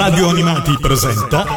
Radio Animati presenta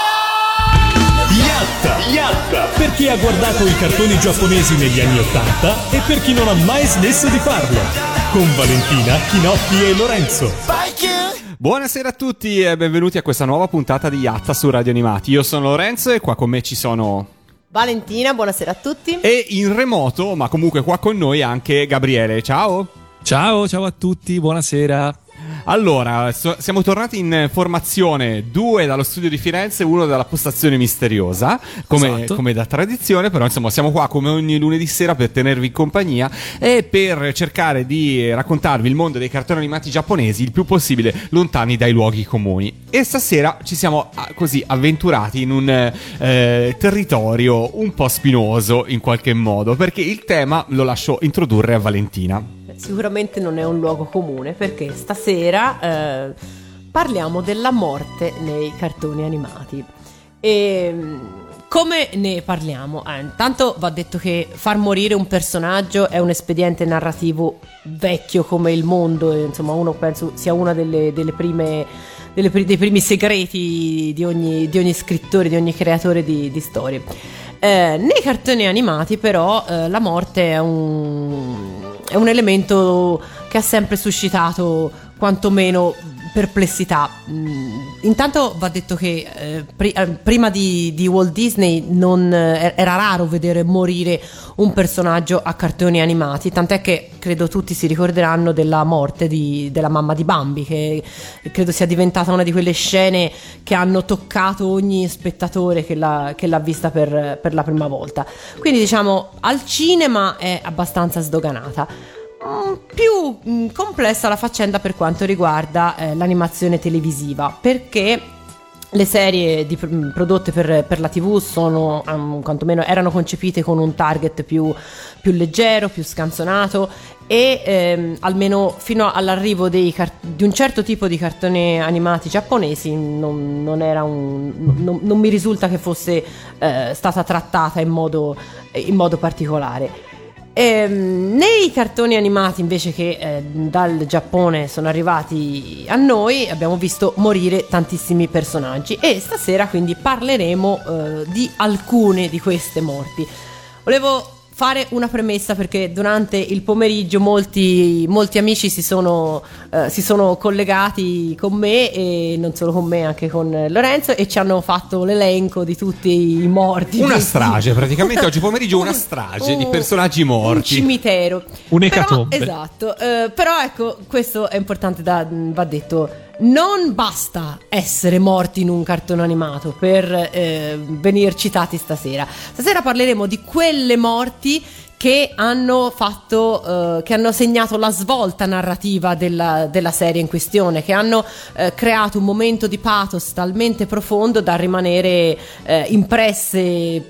Yatta! Per chi ha guardato i cartoni giapponesi negli anni '80 e per chi non ha mai smesso di farlo. Con Valentina, Chinotti e Lorenzo. Buonasera a tutti e benvenuti a questa nuova puntata di Yatta su Radio Animati. Io sono Lorenzo e qua con me ci sono Valentina, buonasera a tutti. E in remoto, ma comunque qua con noi anche Gabriele. Ciao a tutti, buonasera. Allora, siamo tornati in formazione, 2 dallo studio di Firenze, 1 dalla postazione misteriosa, come da tradizione, però insomma siamo qua come ogni lunedì sera per tenervi compagnia e per cercare di raccontarvi il mondo dei cartoni animati giapponesi il più possibile lontani dai luoghi comuni. E stasera ci siamo così avventurati in un territorio un po' spinoso in qualche modo, perché il tema lo lascio introdurre a Valentina. Sicuramente non è un luogo comune, perché stasera parliamo della morte nei cartoni animati. E come ne parliamo? Intanto va detto che far morire un personaggio è un espediente narrativo vecchio come il mondo, e insomma uno penso sia una dei primi segreti di ogni scrittore, di ogni creatore di storie. Nei cartoni animati però la morte è un elemento che ha sempre suscitato quantomeno perplessità. Intanto va detto che prima di Walt Disney era raro vedere morire un personaggio a cartoni animati, tant'è che credo tutti si ricorderanno della morte della mamma di Bambi, che credo sia diventata una di quelle scene che hanno toccato ogni spettatore che l'ha vista per la prima volta. Quindi diciamo al cinema è abbastanza sdoganata. Più complessa la faccenda per quanto riguarda l'animazione televisiva, perché le serie prodotte per la TV sono quantomeno erano concepite con un target più leggero, più scanzonato, e almeno fino all'arrivo di un certo tipo di cartoni animati giapponesi non mi risulta che fosse stata trattata in modo particolare. Nei cartoni animati invece che dal Giappone sono arrivati a noi abbiamo visto morire tantissimi personaggi, e stasera quindi parleremo di alcune di queste morti. Volevo fare una premessa, perché durante il pomeriggio molti amici si sono collegati con me, e non solo con me, anche con Lorenzo, e ci hanno fatto l'elenco di tutti i morti. Una strage, praticamente oggi pomeriggio una strage di personaggi morti. Un cimitero. Un'ecatombe. Esatto, però ecco, questo è importante, va detto. Non basta essere morti in un cartone animato per venir citati stasera. Stasera parleremo di quelle morti che hanno segnato la svolta narrativa della serie in questione, che hanno creato un momento di pathos talmente profondo da rimanere impresse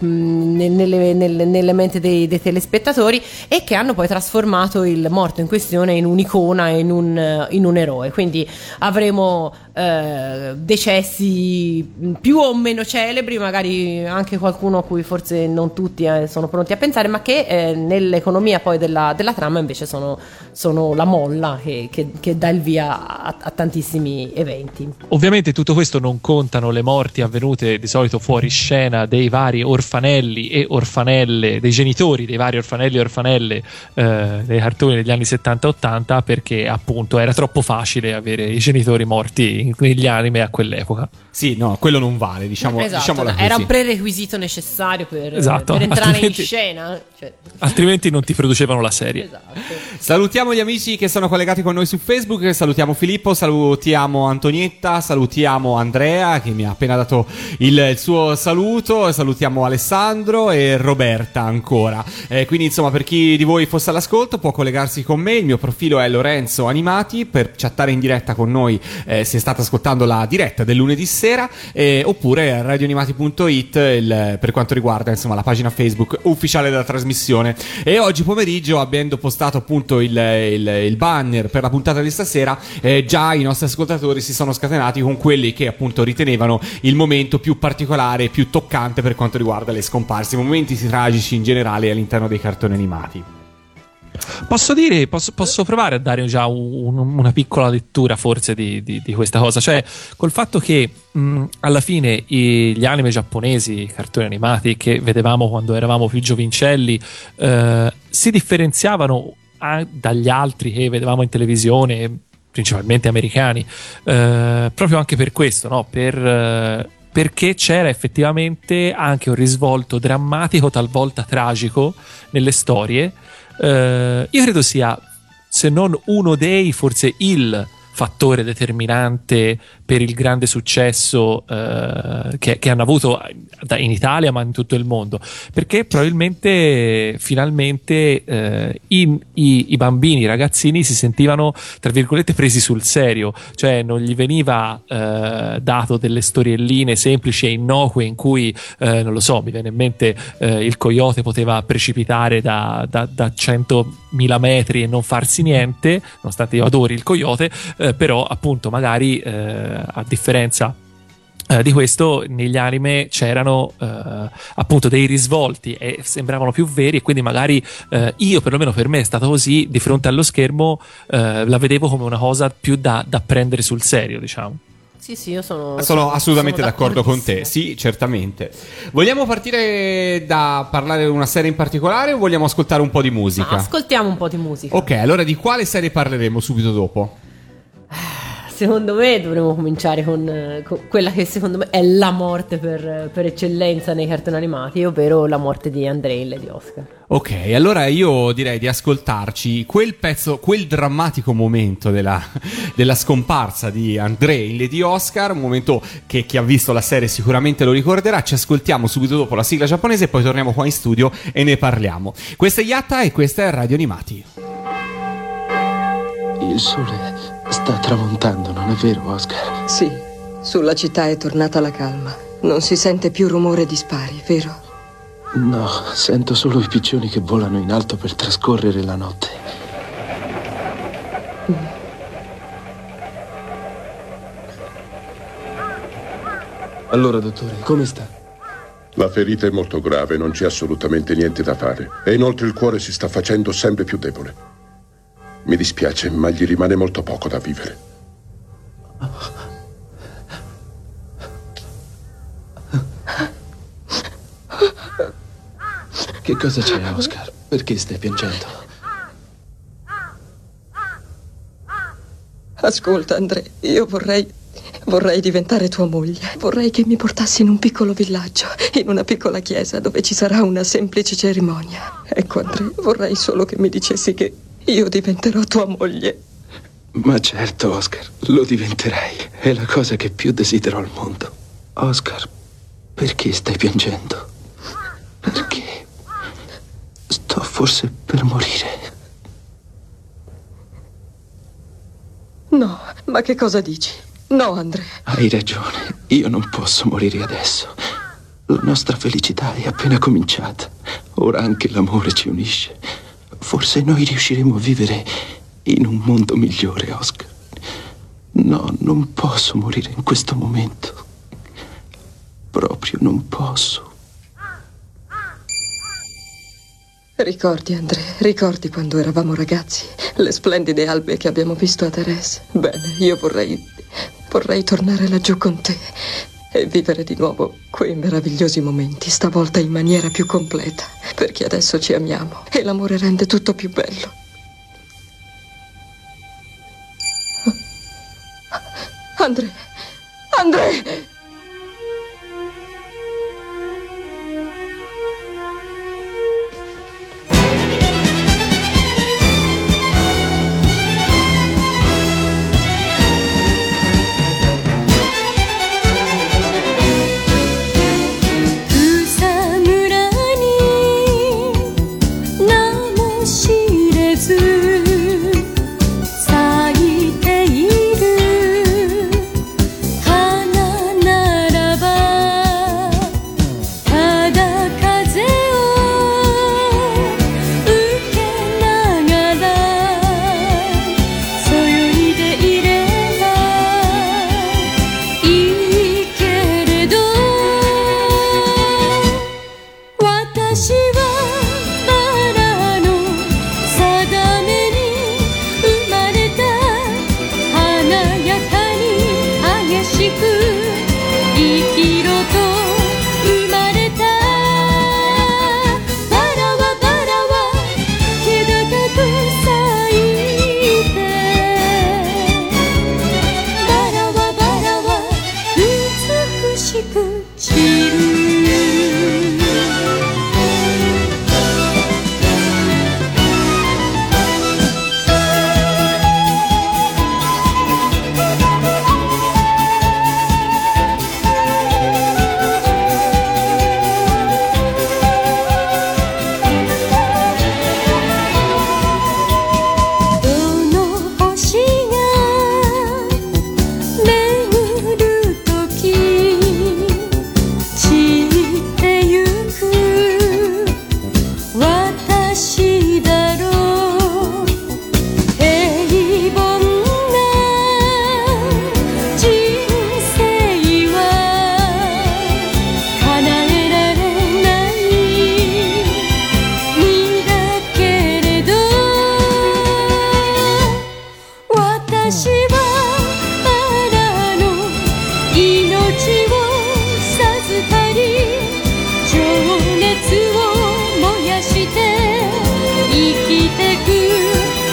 nelle menti dei telespettatori, e che hanno poi trasformato il morto in questione in un'icona, in un eroe. Quindi avremo decessi più o meno celebri, magari anche qualcuno a cui forse non tutti sono pronti a pensare, ma che nell'economia poi della trama invece sono la molla che dà il via a tantissimi eventi. Ovviamente tutto questo non contano le morti avvenute di solito fuori scena dei vari orfanelli e orfanelle, dei genitori dei vari orfanelli e orfanelle dei cartoni degli anni 70-80, perché appunto era troppo facile avere i genitori morti negli anime a quell'epoca. Sì, no, quello non vale, diciamola così. Era un prerequisito necessario per entrare in scena, altrimenti non ti producevano la serie. Esatto. Salutiamo gli amici che sono collegati con noi su Facebook, salutiamo Filippo, salutiamo Antonietta, salutiamo Andrea che mi ha appena dato il suo saluto, salutiamo Alessandro e Roberta ancora. Quindi insomma, per chi di voi fosse all'ascolto può collegarsi con me, il mio profilo è Lorenzo Animati, per chattare in diretta con noi se state ascoltando la diretta del lunedì sera, oppure radioanimati.it per quanto riguarda insomma la pagina Facebook ufficiale della trasmissione. E oggi pomeriggio, avendo postato appunto il banner per la puntata di stasera, già i nostri ascoltatori si sono scatenati con quelli che appunto ritenevano il momento più particolare, più toccante per quanto riguarda le scomparse, i momenti tragici in generale all'interno dei cartoni animati. Posso provare a dare già una piccola lettura forse di questa cosa, cioè col fatto che alla fine gli anime giapponesi, i cartoni animati che vedevamo quando eravamo più giovincelli, si differenziavano dagli altri che vedevamo in televisione, principalmente americani, proprio anche per questo, no? Perché c'era effettivamente anche un risvolto drammatico, talvolta tragico, nelle storie. Io credo sia, se non uno dei, forse il fattore determinante per il grande successo che hanno avuto in Italia ma in tutto il mondo, perché probabilmente finalmente i bambini, i ragazzini si sentivano tra virgolette presi sul serio, cioè non gli veniva dato delle storielline semplici e innocue in cui non lo so, mi viene in mente il coyote poteva precipitare da 100.000 metri e non farsi niente, nonostante io adori il coyote, però appunto magari a differenza di questo negli anime c'erano appunto dei risvolti e sembravano più veri, e quindi magari io, perlomeno per me è stato così, di fronte allo schermo la vedevo come una cosa più da prendere sul serio, diciamo. Sì, io sono assolutamente d'accordo con te. Sì, certamente. Vogliamo partire da parlare di una serie in particolare o vogliamo ascoltare un po' di musica? Ascoltiamo un po' di musica. Ok, allora di quale serie parleremo subito dopo? Secondo me dovremmo cominciare con quella che secondo me è la morte per eccellenza nei cartoni animati, ovvero la morte di Andrei, il di Oscar. Ok, allora io direi di ascoltarci quel pezzo, quel drammatico momento della scomparsa di Andrei, il di Oscar, un momento che chi ha visto la serie sicuramente lo ricorderà. Ci ascoltiamo subito dopo la sigla giapponese e poi torniamo qua in studio e ne parliamo. Questa è Yatta e questa è Radio Animati. Il sole sta tramontando, non è vero, Oscar? Sì, sulla città è tornata la calma. Non si sente più rumore di spari, vero? No, sento solo i piccioni che volano in alto per trascorrere la notte. Allora, dottore, come sta? La ferita è molto grave, non c'è assolutamente niente da fare. E inoltre il cuore si sta facendo sempre più debole. Mi dispiace, ma gli rimane molto poco da vivere. Che cosa c'è, Oscar? Perché stai piangendo? Ascolta, Andrea, io vorrei diventare tua moglie. Vorrei che mi portassi in un piccolo villaggio, in una piccola chiesa dove ci sarà una semplice cerimonia. Ecco, Andrea, vorrei solo che mi dicessi che io diventerò tua moglie. Ma certo, Oscar, lo diventerai. È la cosa che più desidero al mondo. Oscar, perché stai piangendo? Perché? Sto forse per morire. No, ma che cosa dici? No, Andrea. Hai ragione, io non posso morire adesso. La nostra felicità è appena cominciata. Ora anche l'amore ci unisce. Forse noi riusciremo a vivere in un mondo migliore, Oscar. No, non posso morire in questo momento. Proprio non posso. Ricordi, Andrea, ricordi quando eravamo ragazzi? Le splendide albe che abbiamo visto a Terese? Bene, io vorrei tornare laggiù con te e vivere di nuovo quei meravigliosi momenti, stavolta in maniera più completa, perché adesso ci amiamo e l'amore rende tutto più bello. Andrea! Andrea! 「花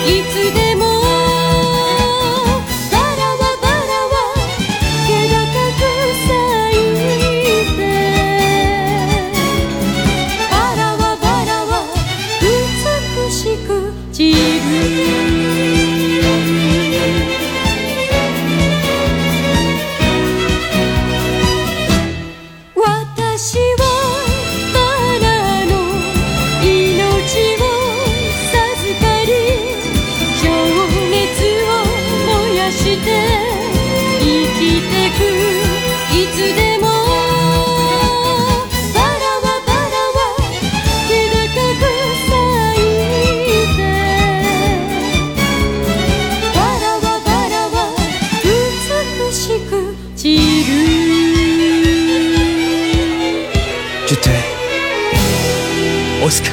いつでもバラはバラは気高く咲いてバラはバラは美しく散る私はバラの命を授かり情熱を燃やして生きてくいつでもバラはバラは気高く咲いてバラはバラは美しく散る Oscar.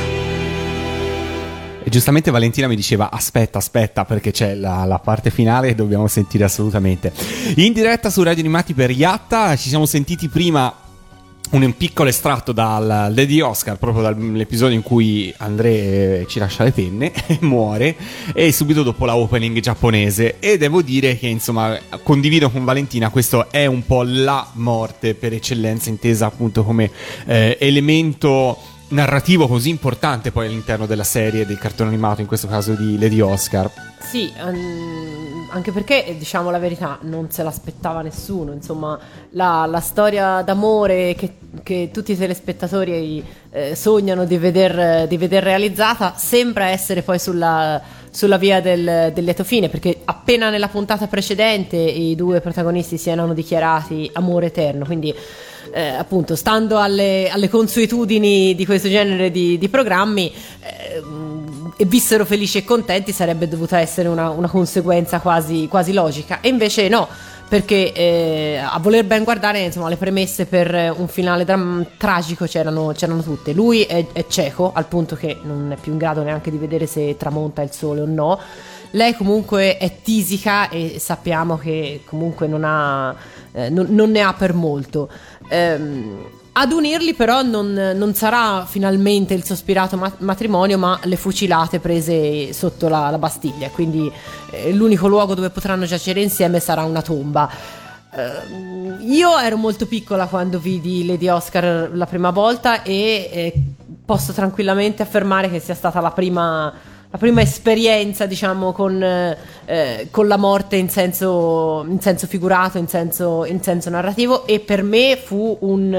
E giustamente Valentina mi diceva aspetta perché c'è la parte finale che dobbiamo sentire assolutamente. In diretta su Radio Animati per Yatta ci siamo sentiti prima un piccolo estratto dal Lady Oscar, proprio dall'episodio in cui André ci lascia le penne e muore, e subito dopo la opening giapponese, e devo dire che insomma condivido con Valentina, questo è un po' la morte per eccellenza, intesa appunto come elemento narrativo così importante poi all'interno della serie del cartone animato, in questo caso di Lady Oscar. Sì, anche perché, diciamo la verità, non se l'aspettava nessuno. Insomma, la storia d'amore che tutti i telespettatori sognano di veder realizzata sembra essere poi sulla via del lieto fine, perché appena nella puntata precedente i due protagonisti si erano dichiarati amore eterno, quindi appunto, stando alle consuetudini di questo genere di programmi, e vissero felici e contenti, sarebbe dovuta essere una conseguenza quasi logica, e invece no, perché a voler ben guardare, insomma, le premesse per un finale tragico c'erano tutte. Lui è cieco al punto che non è più in grado neanche di vedere se tramonta il sole o no. Lei comunque è tisica e sappiamo che comunque non ne ha per molto. Ad unirli però non sarà finalmente il sospirato matrimonio, ma le fucilate prese sotto la Bastiglia, quindi l'unico luogo dove potranno giacere insieme sarà una tomba. Io ero molto piccola quando vidi Lady Oscar la prima volta e posso tranquillamente affermare che sia stata la prima esperienza, diciamo, con la morte in senso figurato, in senso narrativo, e per me fu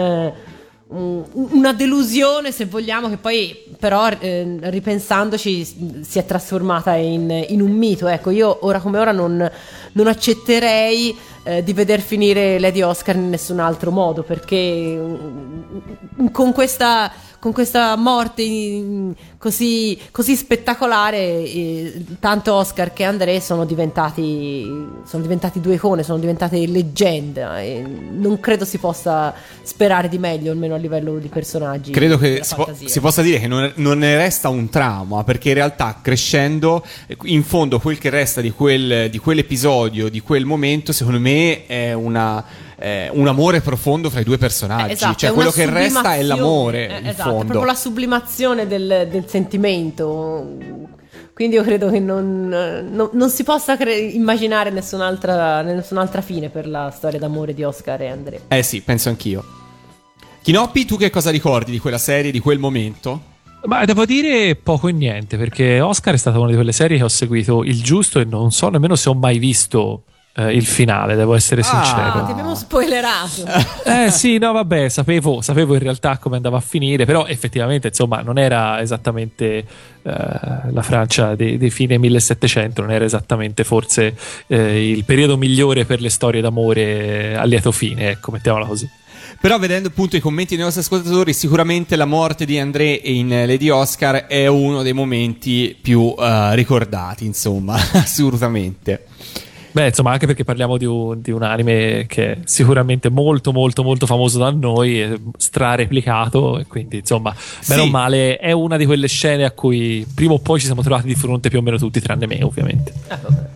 una delusione, se vogliamo, che poi però ripensandoci si è trasformata in un mito. Ecco, io ora come ora non accetterei di veder finire Lady Oscar in nessun altro modo, perché con questa morte così spettacolare, tanto Oscar che André sono diventati due icone, sono diventate leggenda, e non credo si possa sperare di meglio, almeno a livello di personaggi. Credo che si possa dire che non ne resta un trauma, perché in realtà crescendo, in fondo quel che resta di quell'episodio, di quel momento, secondo me è un amore profondo fra i due personaggi. Esatto, cioè quello che resta è l'amore, in esatto, fondo. è proprio la sublimazione del sentimento. Quindi io credo che non si possa immaginare nessun'altra fine per la storia d'amore di Oscar e André. Sì, penso anch'io. Kinoppi, tu che cosa ricordi di quella serie, di quel momento? Ma devo dire poco e niente, perché Oscar è stata una di quelle serie che ho seguito il giusto e non so nemmeno se ho mai visto il finale, devo essere sincero. Ti abbiamo spoilerato. Sì, no, vabbè, sapevo in realtà come andava a finire, però effettivamente, insomma, non era esattamente la Francia dei fine 1700, non era esattamente forse il periodo migliore per le storie d'amore a lieto fine, ecco, mettiamola così. Però vedendo appunto i commenti dei nostri ascoltatori, sicuramente la morte di André in Lady Oscar è uno dei momenti più ricordati, insomma, assolutamente. Beh, insomma, anche perché parliamo di un anime che è sicuramente molto molto molto famoso da noi, strareplicato, e quindi insomma, bene o male, è una di quelle scene a cui prima o poi ci siamo trovati di fronte più o meno tutti, tranne me ovviamente.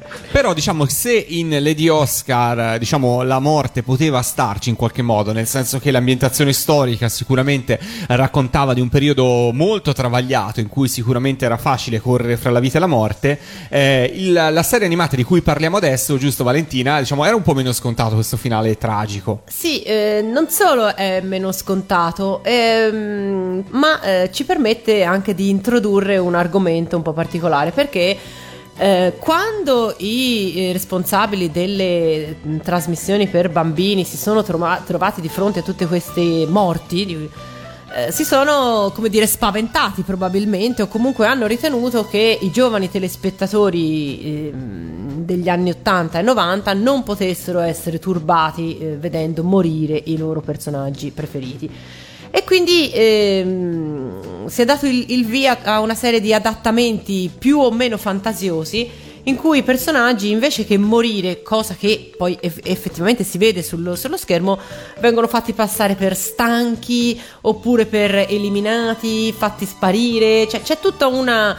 Però diciamo se in Lady Oscar diciamo la morte poteva starci in qualche modo, nel senso che l'ambientazione storica sicuramente raccontava di un periodo molto travagliato in cui sicuramente era facile correre fra la vita e la morte, la serie animata di cui parliamo adesso, giusto Valentina, diciamo era un po' meno scontato questo finale tragico. Sì, non solo è meno scontato, ma ci permette anche di introdurre un argomento un po' particolare, perché quando i responsabili delle trasmissioni per bambini si sono trovati di fronte a tutte queste morti, si sono, come dire, spaventati probabilmente, o comunque hanno ritenuto che i giovani telespettatori degli anni 80 e 90 non potessero essere turbati vedendo morire i loro personaggi preferiti. E quindi si è dato il via a una serie di adattamenti più o meno fantasiosi, in cui i personaggi, invece che morire, cosa che poi effettivamente si vede sullo schermo, vengono fatti passare per stanchi oppure per eliminati, fatti sparire. Cioè, c'è tutta una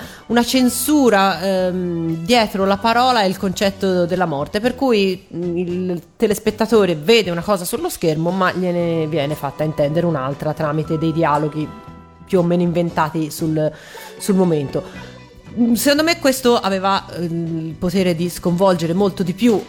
censura dietro la parola e il concetto della morte, per cui il telespettatore vede una cosa sullo schermo ma gliene viene fatta intendere un'altra tramite dei dialoghi più o meno inventati sul momento. Secondo me questo aveva il potere di sconvolgere molto di più,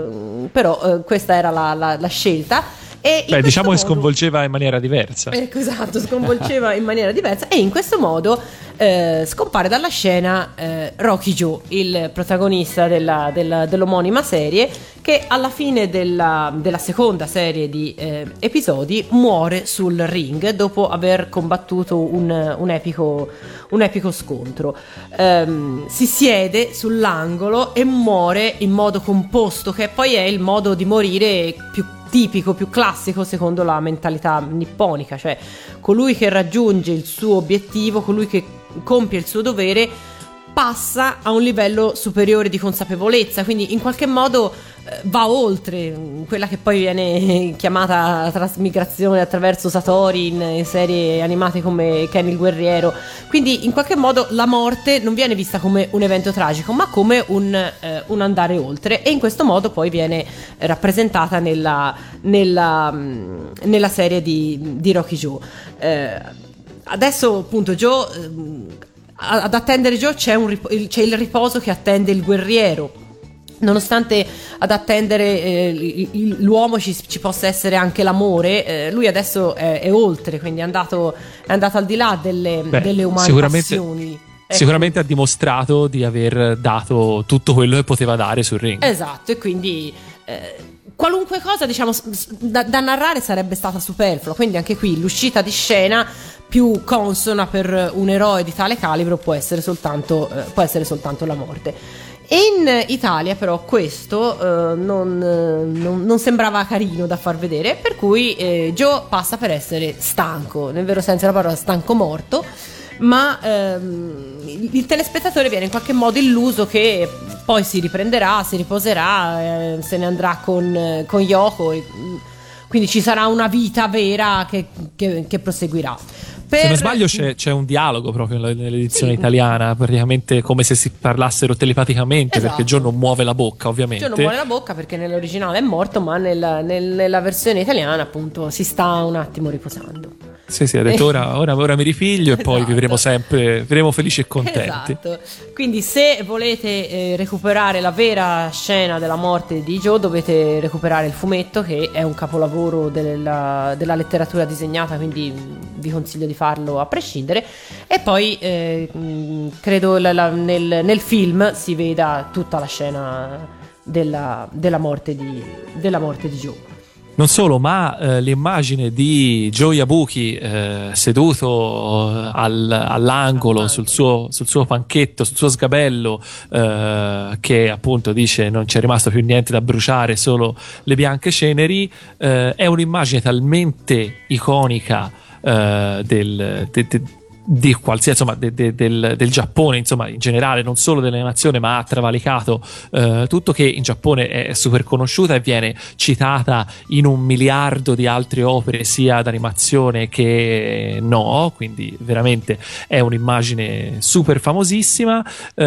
però questa era la scelta. E diciamo che sconvolgeva in maniera diversa. Esatto, sconvolgeva in maniera diversa, e in questo modo scompare dalla scena Rocky Joe, il protagonista dell'omonima serie, che alla fine della seconda serie di episodi muore sul ring dopo aver combattuto un epico scontro. Si siede sull'angolo e muore in modo composto, che poi è il modo di morire più tipico, più classico secondo la mentalità nipponica, cioè colui che raggiunge il suo obiettivo, colui che compie il suo dovere, passa a un livello superiore di consapevolezza, quindi in qualche modo va oltre quella che poi viene chiamata trasmigrazione attraverso Satori in serie animate come Ken il guerriero. Quindi in qualche modo la morte non viene vista come un evento tragico, ma come un andare oltre, e in questo modo poi viene rappresentata nella serie di Rocky Joe. Adesso appunto Joe, ad attendere Joe c'è il riposo che attende il guerriero. Nonostante ad attendere l'uomo ci possa essere anche l'amore, lui adesso è oltre, quindi è andato al di là delle umane passioni. Sicuramente ha dimostrato di aver dato tutto quello che poteva dare sul ring. Esatto, e quindi qualunque cosa, diciamo, da narrare sarebbe stata superflua, quindi anche qui l'uscita di scena più consona per un eroe di tale calibro può essere soltanto la morte. In Italia però questo non sembrava carino da far vedere, per cui Joe passa per essere stanco, nel vero senso della parola, stanco morto, ma il telespettatore viene in qualche modo illuso che poi si riprenderà, si riposerà, se ne andrà con Yoko, e quindi ci sarà una vita vera che proseguirà. Se non sbaglio c'è un dialogo proprio nell'edizione italiana, praticamente come se si parlassero telepaticamente, esatto. Perché Joe non muove la bocca, ovviamente. Joe non muove la bocca perché nell'originale è morto, ma nella versione italiana appunto si sta un attimo riposando. Sì, ha detto ora mi ripiglio, esatto. E poi vivremo felici e contenti. Esatto. Quindi se volete recuperare la vera scena della morte di Joe, dovete recuperare il fumetto, che è un capolavoro della letteratura disegnata, quindi vi consiglio di farlo a prescindere. E poi credo nel film si veda tutta la scena della morte di Joe. Non solo, ma l'immagine di Joe Yabuki seduto all'angolo sul suo panchetto, sul suo sgabello, che appunto dice non c'è rimasto più niente da bruciare, solo le bianche ceneri, è un'immagine talmente iconica di qualsiasi, insomma, del Giappone, insomma, in generale, non solo dell'animazione, ma ha travalicato tutto, che in Giappone è super conosciuta e viene citata in 1 miliardo di altre opere sia d'animazione che no, quindi veramente è un'immagine super famosissima,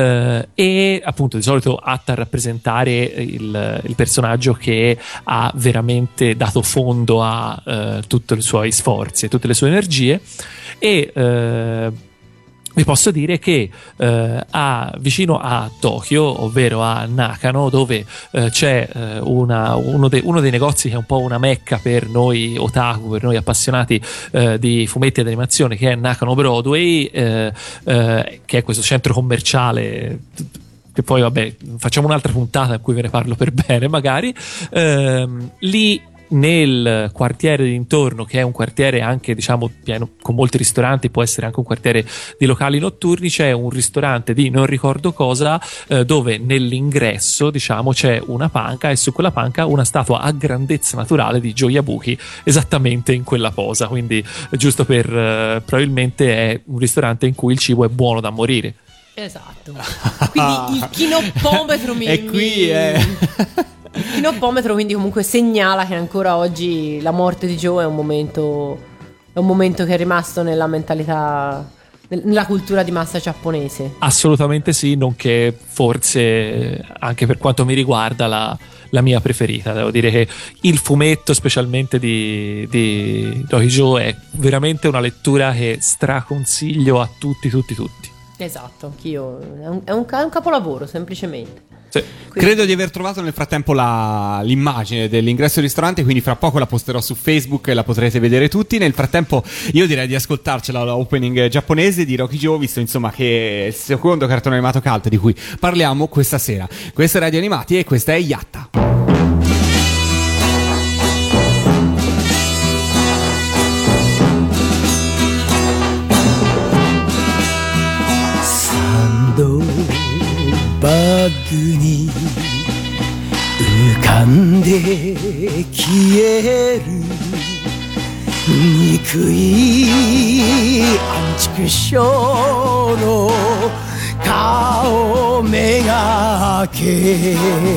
e appunto di solito atta a rappresentare il personaggio che ha veramente dato fondo a tutti i suoi sforzi e tutte le sue energie. E vi posso dire che vicino a Tokyo, ovvero a Nakano, dove c'è uno dei negozi che è un po' una mecca per noi otaku, per noi appassionati di fumetti ed animazione, che è Nakano Broadway, che è questo centro commerciale, che poi vabbè facciamo un'altra puntata in cui ve ne parlo per bene magari. Lì nel quartiere d'intorno, che è un quartiere anche diciamo pieno con molti ristoranti, può essere anche un quartiere di locali notturni, c'è un ristorante di non ricordo cosa, dove nell'ingresso diciamo c'è una panca e su quella panca una statua a grandezza naturale di Joyabuki, esattamente in quella posa, quindi giusto per probabilmente è un ristorante in cui il cibo è buono da morire. Esatto, quindi il chinoppometro e qui è il chinoppometro quindi comunque segnala che ancora oggi la morte di Joe è un momento che è rimasto nella mentalità, nella cultura di massa giapponese. Assolutamente sì, nonché forse anche per quanto mi riguarda la mia preferita. Devo dire che il fumetto specialmente di Dohijo è veramente una lettura che straconsiglio a tutti. Esatto, anch'io, è un capolavoro semplicemente. Sì. Credo di aver trovato nel frattempo l'immagine dell'ingresso al ristorante, quindi fra poco la posterò su Facebook e la potrete vedere tutti. Nel frattempo io direi di ascoltarcela la opening giapponese di Rocky Joe, visto insomma che è il secondo cartone animato cult di cui parliamo questa sera. Questa è Radio Animati e questa è Yatta. バッグに浮かんで消える憎いアンチクショーの顔めがけ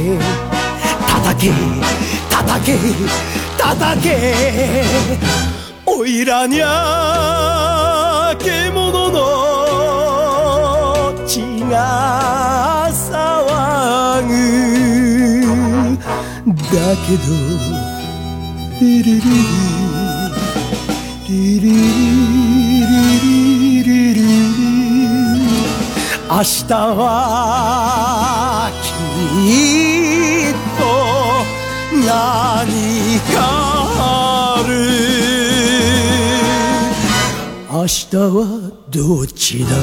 叩けおいらにゃ獣の血が騒ぐだけどリリリリリリリリリリ明日はきっと何かある明日はどっちだ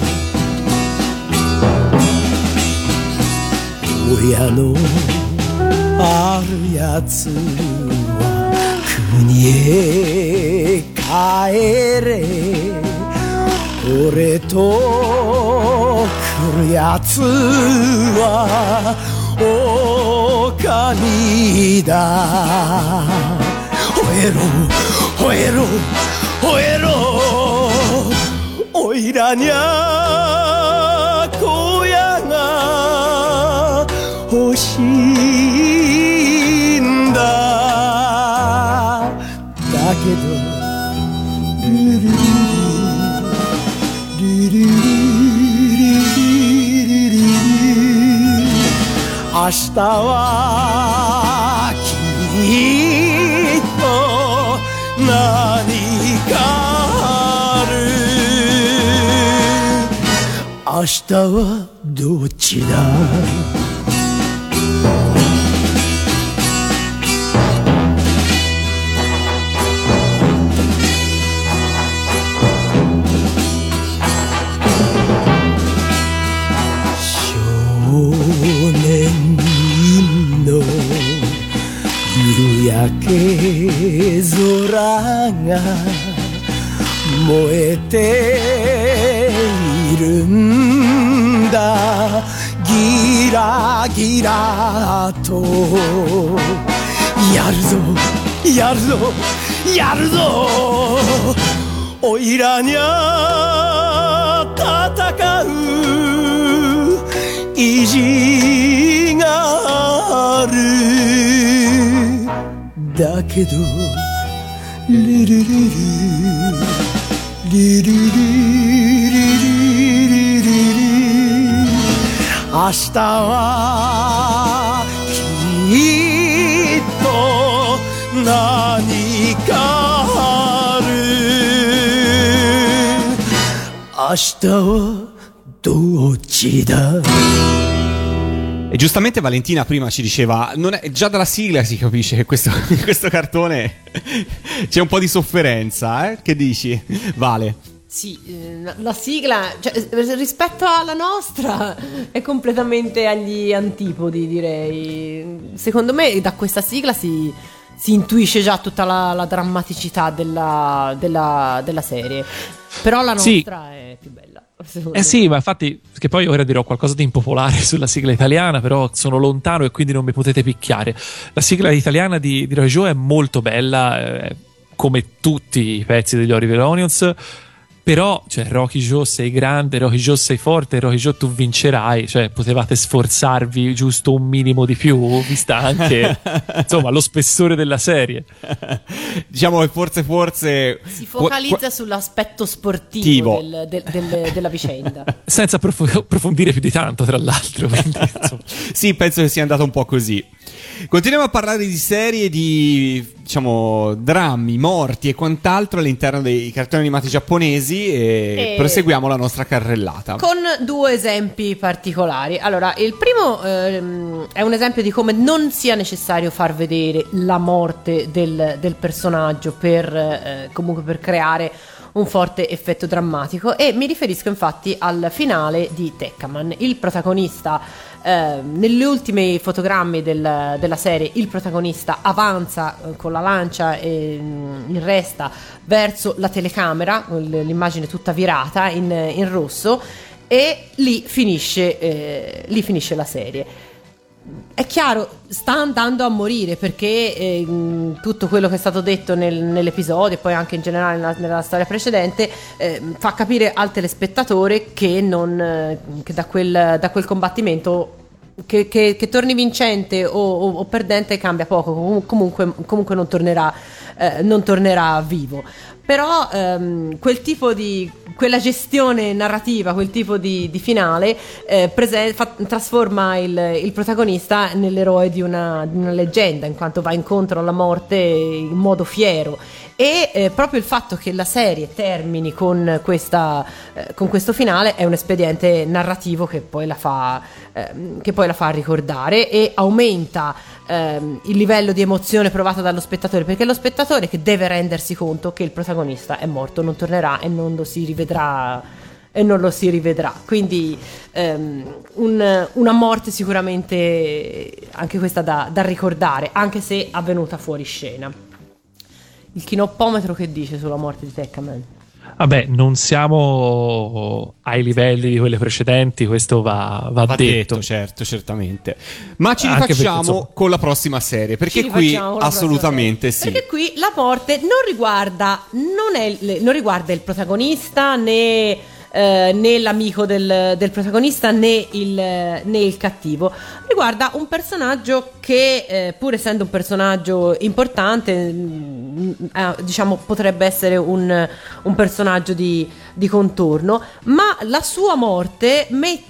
親のあるやつは国へ帰れ俺と来るやつは狼だ吠えろ吠えろ吠えろおいらにゃ小屋が欲しいんだだけどリリリリリリリリリ明日はきっと何かある明日はどっちだ夕焼け空が燃えているんだギラギラとやるぞやるぞやるぞおいらにゃ戦う意地があるだけどリリリリリリリリリリリ明日はきっと何かある明日はどっちだ E giustamente Valentina prima ci diceva, non è, già dalla sigla si capisce che in questo cartone c'è un po' di sofferenza, eh? Che dici, Vale? Sì, la sigla, cioè, rispetto alla nostra è completamente agli antipodi, direi. Secondo me da questa sigla si intuisce già tutta la drammaticità della serie. Però la nostra è più bella. Sì, ma infatti, che poi ora dirò qualcosa di impopolare sulla sigla italiana, però sono lontano e quindi non mi potete picchiare. La sigla italiana di Roger è molto bella, come tutti i pezzi degli Oliver Onions. Però, cioè, Rocky Joe sei grande, Rocky Joe sei forte, Rocky Joe tu vincerai, cioè potevate sforzarvi giusto un minimo di più, vista anche insomma lo spessore della serie. Diciamo che forse si focalizza sull'aspetto sportivo della vicenda, senza approfondire più di tanto, tra l'altro, quindi, sì, penso che sia andato un po' così. Continuiamo a parlare di serie, di, diciamo, drammi, morti e quant'altro all'interno dei cartoni animati giapponesi e proseguiamo la nostra carrellata con due esempi particolari. Allora, il primo è un esempio di come non sia necessario far vedere la morte del personaggio comunque per creare un forte effetto drammatico, e mi riferisco infatti al finale di Tekkaman. Il protagonista, negli ultimi fotogrammi della serie, il protagonista avanza con la lancia in resta verso la telecamera, l'immagine tutta virata in rosso, e lì finisce la serie. È chiaro, sta andando a morire, perché tutto quello che è stato detto nell'episodio e poi anche in generale nella storia precedente fa capire al telespettatore che da quel combattimento che torni vincente o perdente cambia poco, comunque non tornerà vivo. Però quella gestione narrativa, quel tipo di finale trasforma il protagonista nell'eroe di una leggenda, in quanto va incontro alla morte in modo fiero. E proprio il fatto che la serie termini con questo finale è un espediente narrativo che poi la fa ricordare e aumenta il livello di emozione provata dallo spettatore, perché è lo spettatore che deve rendersi conto che il protagonista è morto, non tornerà e non lo si rivedrà. Quindi una morte sicuramente anche questa da ricordare, anche se avvenuta fuori scena. Il kinoppometro che dice sulla morte di Tekkaman? Vabbè, non siamo ai livelli di quelle precedenti, questo va detto. Certo, certamente. Ma ci rifacciamo con la prossima serie, perché qui assolutamente sì. Perché qui la morte non riguarda il protagonista né l'amico del protagonista né il cattivo. Riguarda un personaggio che pur essendo un personaggio importante, diciamo potrebbe essere un personaggio di contorno, ma la sua morte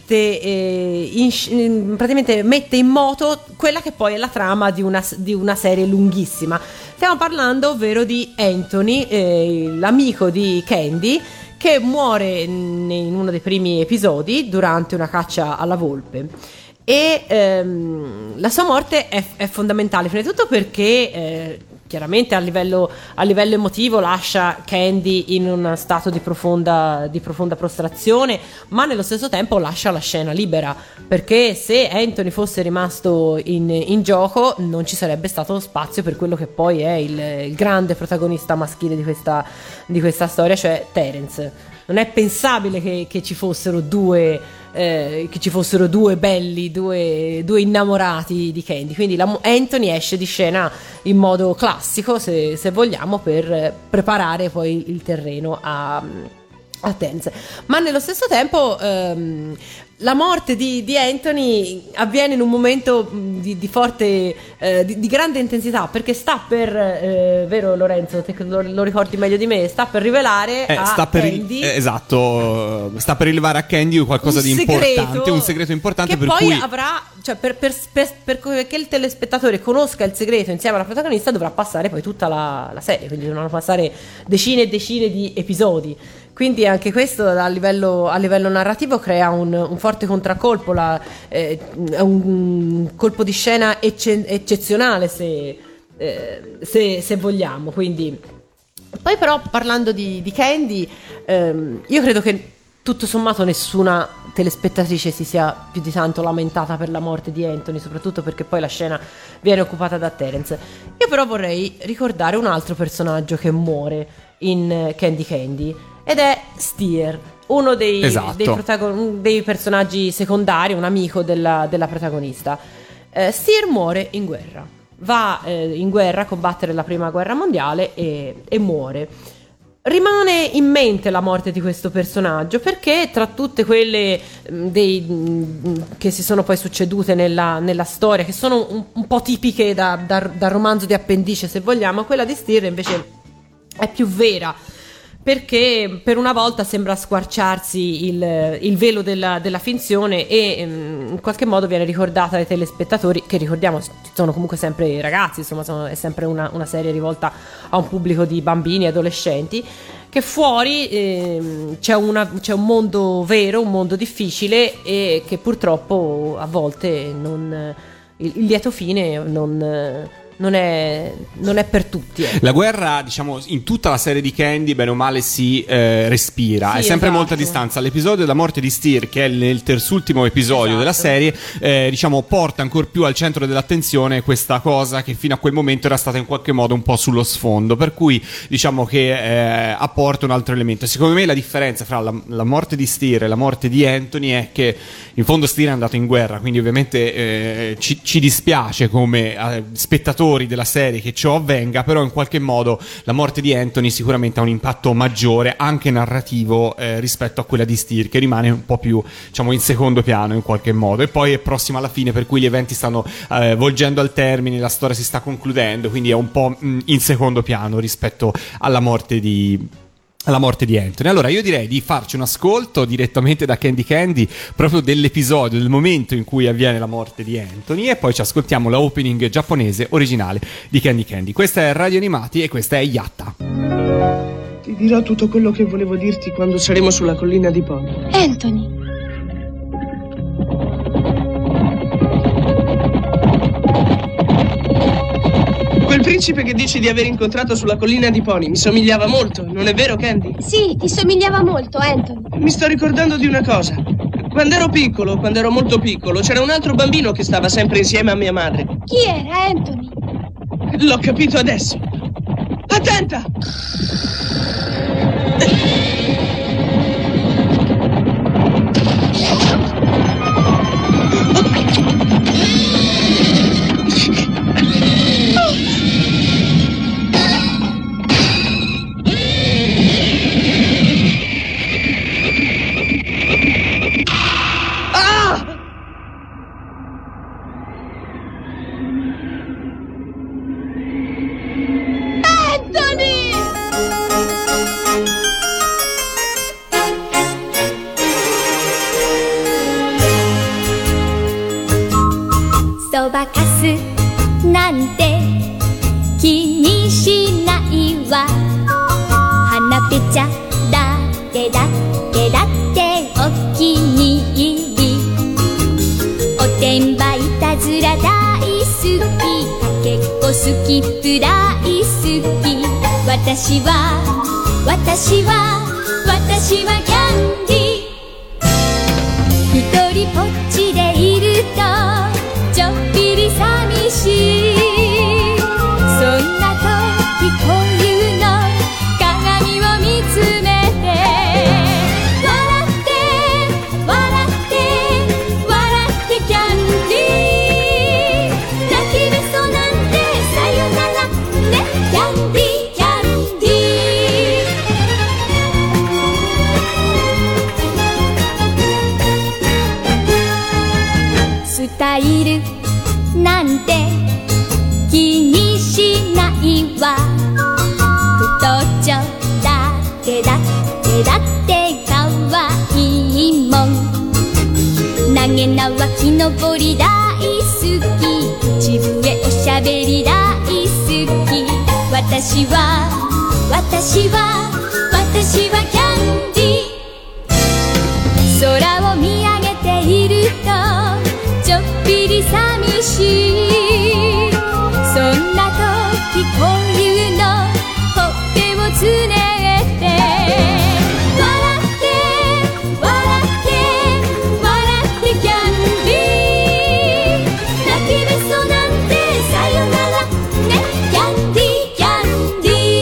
praticamente mette in moto quella che poi è la trama di una serie lunghissima. Stiamo parlando ovvero di Anthony, l'amico di Candy, che muore in uno dei primi episodi durante una caccia alla volpe. E la sua morte è fondamentale, prima di tutto perché chiaramente a livello emotivo lascia Candy in uno stato di profonda prostrazione, ma nello stesso tempo lascia la scena libera, perché se Anthony fosse rimasto in gioco non ci sarebbe stato spazio per quello che poi è il grande protagonista maschile di questa storia, cioè Terence. Non è pensabile che ci fossero due che ci fossero due belli, due innamorati di Candy. Quindi Anthony esce di scena in modo classico, se vogliamo, per preparare poi il terreno a Terence. Ma nello stesso tempo la morte di Anthony avviene in un momento di forte di grande intensità, perché sta per vero Lorenzo, te lo ricordi meglio di me, sta per rivelare a Candy sta per rilevare a Candy qualcosa di importante, un segreto importante, che per poi cui avrà, cioè perché il telespettatore conosca il segreto insieme alla protagonista, dovrà passare poi tutta la serie, quindi dovranno passare decine e decine di episodi. Quindi anche questo a livello narrativo crea un forte contraccolpo, è un colpo di scena eccezionale se vogliamo. Quindi poi però, parlando di Candy, io credo che tutto sommato nessuna telespettatrice si sia più di tanto lamentata per la morte di Anthony, soprattutto perché poi la scena viene occupata da Terence. Io però vorrei ricordare un altro personaggio che muore in Candy, ed è Steer, uno dei personaggi secondari, un amico della protagonista. Steer muore in guerra, va in guerra a combattere la prima guerra mondiale e muore. Rimane in mente la morte di questo personaggio, perché tra tutte quelle che si sono poi succedute nella storia, che sono un po' tipiche da romanzo di appendice, se vogliamo, quella di Steer invece è più vera, perché per una volta sembra squarciarsi il velo della finzione e in qualche modo viene ricordata ai telespettatori, che ricordiamo sono comunque sempre ragazzi, insomma è sempre una serie rivolta a un pubblico di bambini e adolescenti, che fuori c'è un mondo vero, un mondo difficile, e che purtroppo a volte il lieto fine non è per tutti. La guerra, diciamo, in tutta la serie di Candy, bene o male, si respira. Sì, è sempre esatto. molta distanza. L'episodio della morte di Steer, che è nel terzultimo episodio della serie, diciamo, porta ancora più al centro dell'attenzione questa cosa che fino a quel momento era stata in qualche modo un po' sullo sfondo. Per cui diciamo che apporta un altro elemento. Secondo me la differenza fra la morte di Steer e la morte di Anthony è che in fondo Steer è andato in guerra, quindi ovviamente ci dispiace come spettatori della serie che ciò avvenga, però in qualche modo la morte di Anthony sicuramente ha un impatto maggiore anche narrativo rispetto a quella di Steer, che rimane un po' più, diciamo, in secondo piano in qualche modo, e poi è prossima alla fine, per cui gli eventi stanno volgendo al termine, la storia si sta concludendo, quindi è un po' in secondo piano rispetto alla morte di Anthony. Allora io direi di farci un ascolto direttamente da Candy, proprio dell'episodio, del momento in cui avviene la morte di Anthony, e poi ci ascoltiamo la opening giapponese originale di Candy. Questa è Radio Animati e questa è Yatta. Ti dirò tutto quello che volevo dirti quando saremo sulla collina di Pony. Anthony. Quel principe che dici di aver incontrato sulla collina di Pony mi somigliava molto, non è vero, Candy? Sì, ti somigliava molto, Anthony. Mi sto ricordando di una cosa. Quando ero molto piccolo, c'era un altro bambino che stava sempre insieme a mia madre. Chi era, Anthony? L'ho capito adesso. Attenta! 登り大好き、口笛おしゃべり大好き。私はキャンディー。空を見上げているとちょっぴり寂しい。そんな時こういうのほっぺをつねって笑ってキャンディー。泣きべそなんてさよならね、キャンディーキャンディー。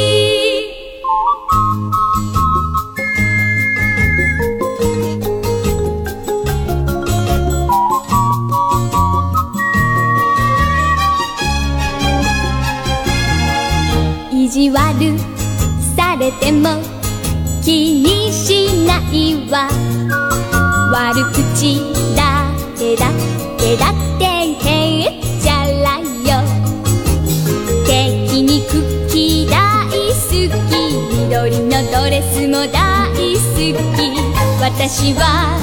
意地悪されても気にしないわ。悪口だけってへっちゃらよ。ケーキにクッキー大好き、緑のドレスも大好き。私は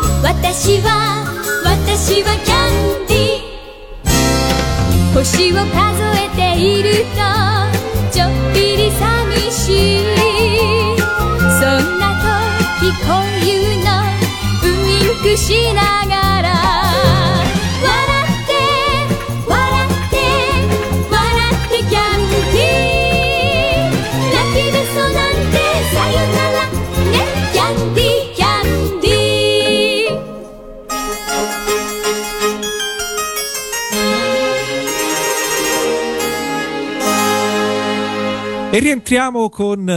キャンディー。星を数えているとちょっぴり寂しい。そんな時こういうのウインクしながら笑ってキャンディー。泣きべそなんてさよならね、キャンディーキャンディー。 E rientriamo con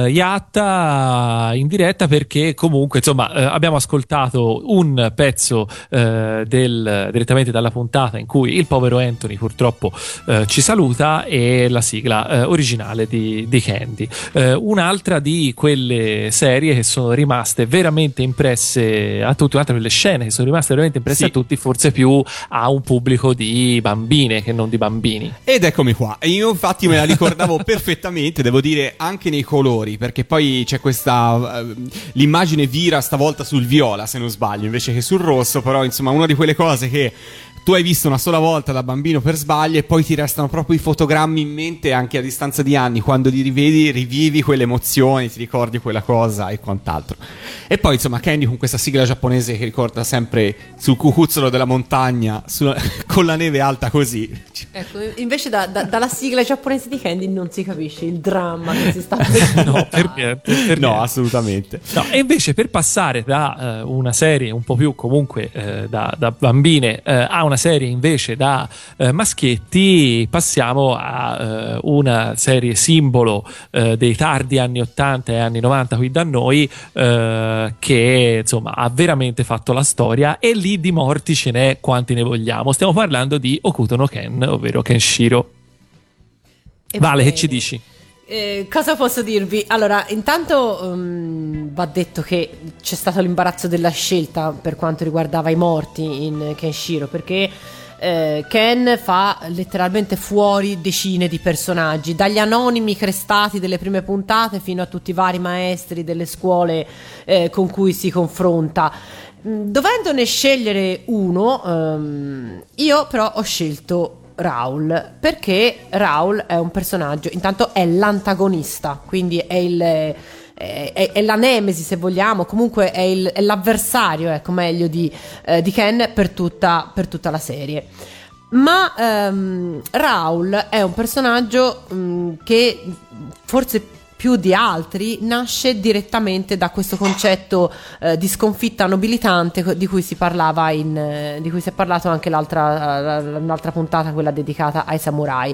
Yatta in diretta perché comunque insomma abbiamo ascoltato un pezzo direttamente dalla puntata in cui il povero Anthony purtroppo ci saluta, e la sigla originale di Candy, un'altra di quelle serie che sono rimaste veramente impresse a tutti, un'altra di quelle scene che sono rimaste veramente impresse a tutti, forse più a un pubblico di bambine che non di bambini. Ed eccomi qua, e io infatti me la ricordavo perfettamente, devo dire anche nei colori, perché poi c'è questa l'immagine vira stavolta sul viola se non sbaglio invece che sul rosso, però insomma una di quelle cose che tu hai visto una sola volta da bambino per sbaglio e poi ti restano proprio i fotogrammi in mente anche a distanza di anni, quando li rivedi rivivi quelle emozioni, ti ricordi quella cosa e quant'altro. E poi insomma Candy con questa sigla giapponese che ricorda sempre sul cucuzzolo della montagna con la neve alta così. Ecco, invece dalla sigla giapponese di Candy non si capisce il dramma che si sta facendo. No, per niente. No, assolutamente. No, e invece per passare da una serie un po' più comunque da bambine a una serie invece da maschietti, passiamo a una serie simbolo dei tardi anni 80 e anni 90 qui da noi, che insomma ha veramente fatto la storia, e lì di morti ce n'è quanti ne vogliamo. Stiamo parlando di Hokuto no Ken, ovvero Kenshiro. Vale, che ci dici? Cosa posso dirvi? Allora, intanto va detto che c'è stato l'imbarazzo della scelta per quanto riguardava i morti in Kenshiro, perché Ken fa letteralmente fuori decine di personaggi, dagli anonimi crestati delle prime puntate fino a tutti i vari maestri delle scuole con cui si confronta. Dovendone scegliere uno, io però ho scelto Raul, perché Raul è un personaggio, intanto è l'antagonista, quindi è la nemesi, se vogliamo, comunque è l'avversario, ecco, meglio di Ken per tutta la serie. Ma Raul è un personaggio che forse più di altri nasce direttamente da questo concetto di sconfitta nobilitante di cui si parlava di cui si è parlato anche l'altra puntata, quella dedicata ai samurai.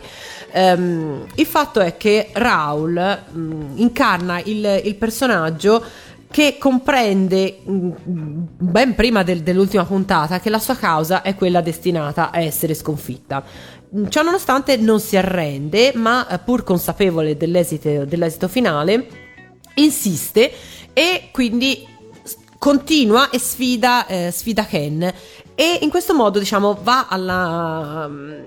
Il fatto è che Raul incarna il personaggio che comprende ben prima dell'ultima puntata che la sua causa è quella destinata a essere sconfitta. Ciò nonostante non si arrende, ma pur consapevole dell'esito finale insiste e quindi continua e sfida Ken, e in questo modo, diciamo, va alla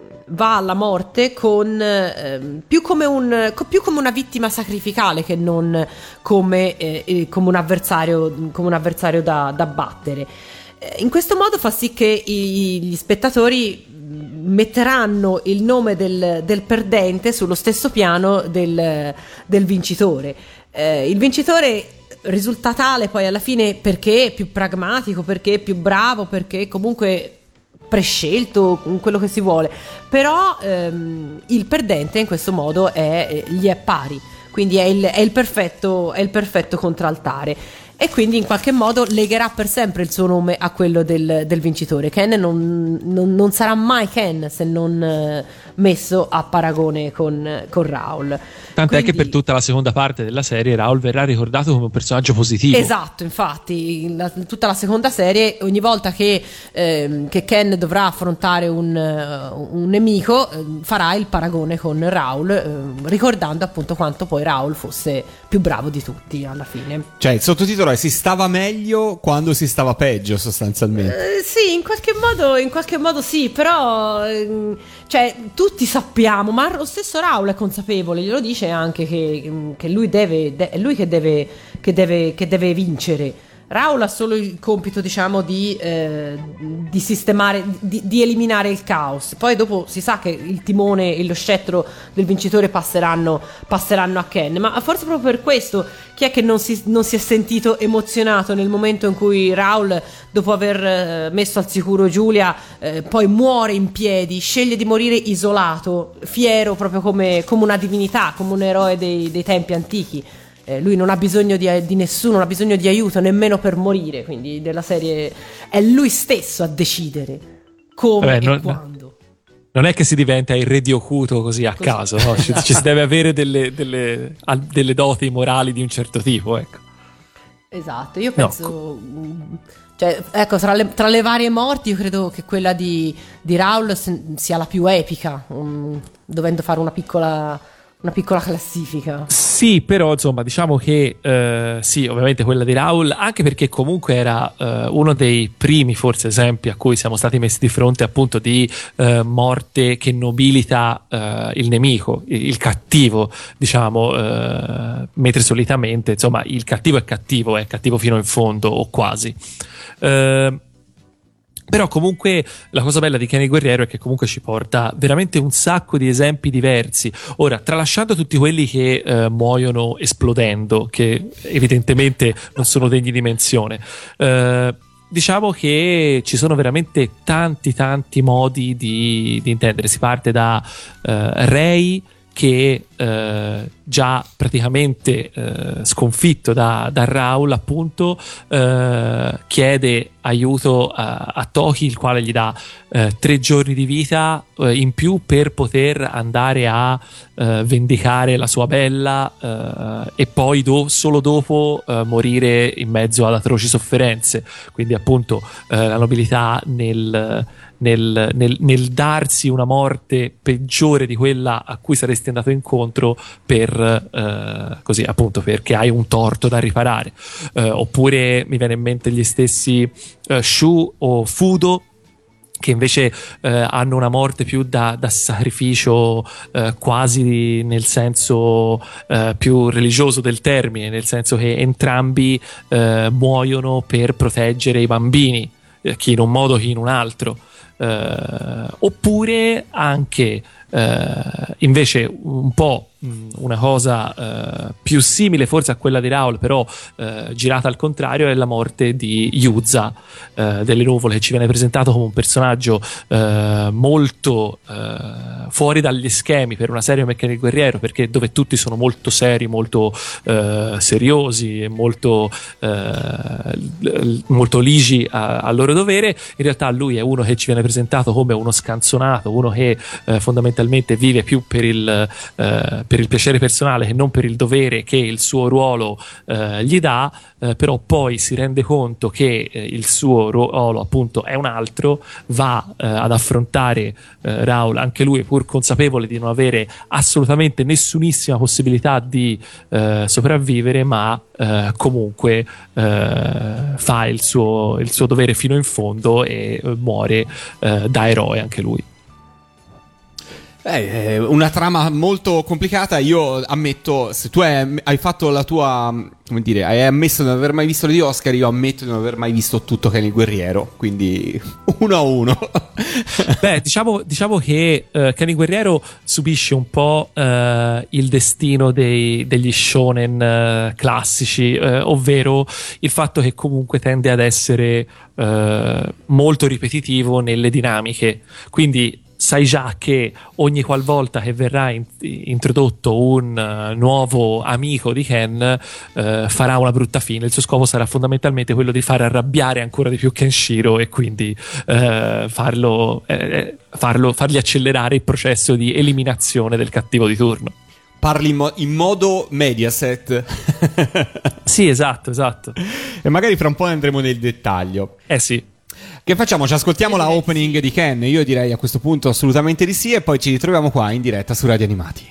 morte con più come una vittima sacrificale che non come un avversario da battere. In questo modo fa sì che gli spettatori metteranno il nome del perdente sullo stesso piano del vincitore. Il vincitore risulta tale poi alla fine perché è più pragmatico, perché è più bravo, perché comunque prescelto, quello che si vuole, però il perdente in questo modo gli è pari, quindi è il perfetto contraltare, e quindi in qualche modo legherà per sempre il suo nome a quello del vincitore. Ken non sarà mai Ken se non messo a paragone con Raoul. Tant'è che per tutta la seconda parte della serie Raoul verrà ricordato come un personaggio positivo. Esatto, infatti tutta la seconda serie, ogni volta che Ken dovrà affrontare un nemico, farà il paragone con Raoul, ricordando appunto quanto poi Raoul fosse più bravo di tutti alla fine. Cioè il sottotitolo è: si stava meglio quando si stava peggio, sostanzialmente. Sì, in qualche modo sì, però cioè tutti sappiamo, ma lo stesso Raoul è consapevole, glielo dice anche che lui è lui che deve vincere. Raoul ha solo il compito, diciamo, di sistemare, di eliminare il caos. Poi dopo si sa che il timone e lo scettro del vincitore passeranno a Ken, ma forse proprio per questo chi è che non si è sentito emozionato nel momento in cui Raoul, dopo aver messo al sicuro Giulia, poi muore in piedi, sceglie di morire isolato, fiero, proprio come una divinità, come un eroe dei tempi antichi. Lui non ha bisogno di nessuno, non ha bisogno di aiuto nemmeno per morire, quindi della serie è lui stesso a decidere come e quando. Non è che si diventa il re di Okuto così a caso, no? ci si deve avere delle doti morali di un certo tipo, ecco. Esatto, io penso cioè, ecco, tra le varie morti io credo che quella di Raoul sia la più epica, dovendo fare una piccola classifica. Sì, però insomma diciamo che sì, ovviamente quella di Raoul, anche perché comunque era uno dei primi forse esempi a cui siamo stati messi di fronte, appunto, di morte che nobilita il nemico, il cattivo, diciamo, mentre solitamente insomma il cattivo è cattivo fino in fondo o quasi. Però comunque la cosa bella di Ken il Guerriero è che comunque ci porta veramente un sacco di esempi diversi. Ora, tralasciando tutti quelli che muoiono esplodendo, che evidentemente non sono degni di menzione, diciamo che ci sono veramente tanti modi di intendere. Si parte da Rey, che già praticamente sconfitto da Raoul, appunto, chiede aiuto a Toki, il quale gli dà 3 giorni di vita in più per poter andare a vendicare la sua bella, e poi solo dopo morire in mezzo ad atroci sofferenze. Quindi appunto la nobiltà nel darsi una morte peggiore di quella a cui saresti andato incontro così appunto perché hai un torto da riparare. Oppure mi viene in mente gli stessi Shu o Fudo, che invece hanno una morte più da sacrificio, quasi nel senso più religioso del termine, nel senso che entrambi muoiono per proteggere i bambini, chi in un modo chi in un altro. Oppure anche invece un po' una cosa più simile forse a quella di Raoul, però girata al contrario, è la morte di Yuza delle nuvole, che ci viene presentato come un personaggio molto fuori dagli schemi per una serie come Ken il Guerriero, perché dove tutti sono molto seri, molto seriosi e molto ligi al loro dovere. In realtà lui è uno che ci viene presentato come uno scanzonato, uno che fondamentalmente vive più per il piacere personale che non per il dovere che il suo ruolo gli dà, però poi si rende conto che il suo ruolo appunto è un altro, va ad affrontare Raoul, anche lui pur consapevole di non avere assolutamente nessunissima possibilità di sopravvivere, ma comunque fa il suo dovere fino in fondo e muore da eroe anche lui. Una trama molto complicata. Io ammetto, se tu hai fatto la tua, come dire, hai ammesso di non aver mai visto gli Oscar, io ammetto di non aver mai visto tutto Ken il Guerriero, quindi 1-1. Beh, diciamo che Ken il Guerriero subisce un po' il destino degli shonen classici, ovvero il fatto che comunque tende ad essere molto ripetitivo nelle dinamiche, quindi sai già che ogni qualvolta che verrà introdotto un nuovo amico di Ken farà una brutta fine. Il suo scopo sarà fondamentalmente quello di far arrabbiare ancora di più Kenshiro e quindi fargli accelerare il processo di eliminazione del cattivo di turno. Parli in modo Mediaset. Sì, esatto. E magari fra un po' andremo nel dettaglio. Sì. Che facciamo? Ci ascoltiamo la opening di Ken? Io direi a questo punto assolutamente di sì, e poi ci ritroviamo qua in diretta su Radio Animati.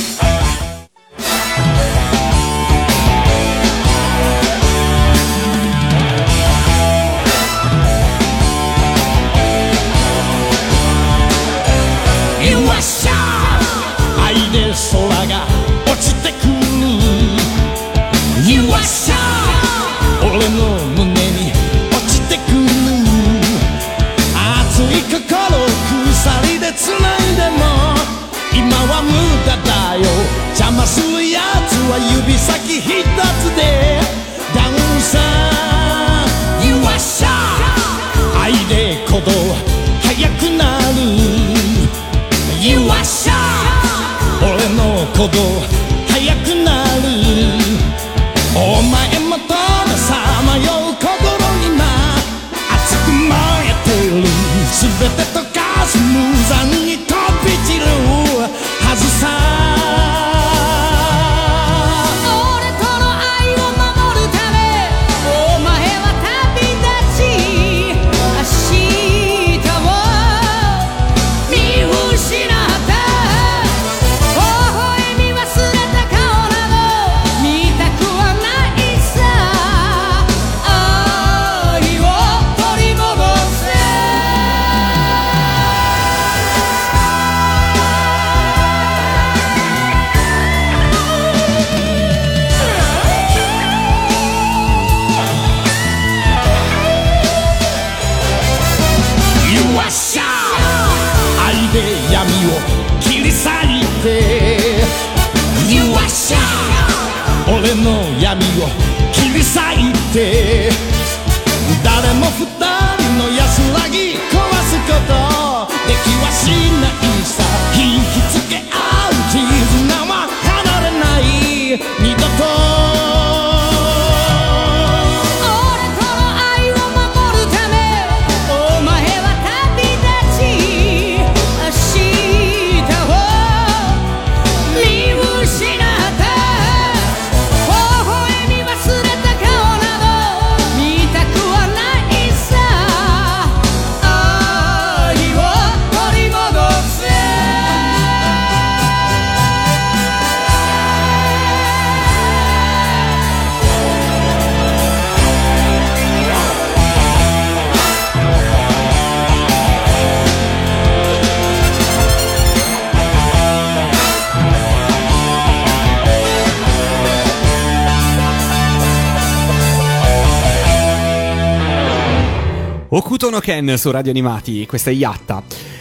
Hokuto no Ken su Radio Animati, questa è Yatta.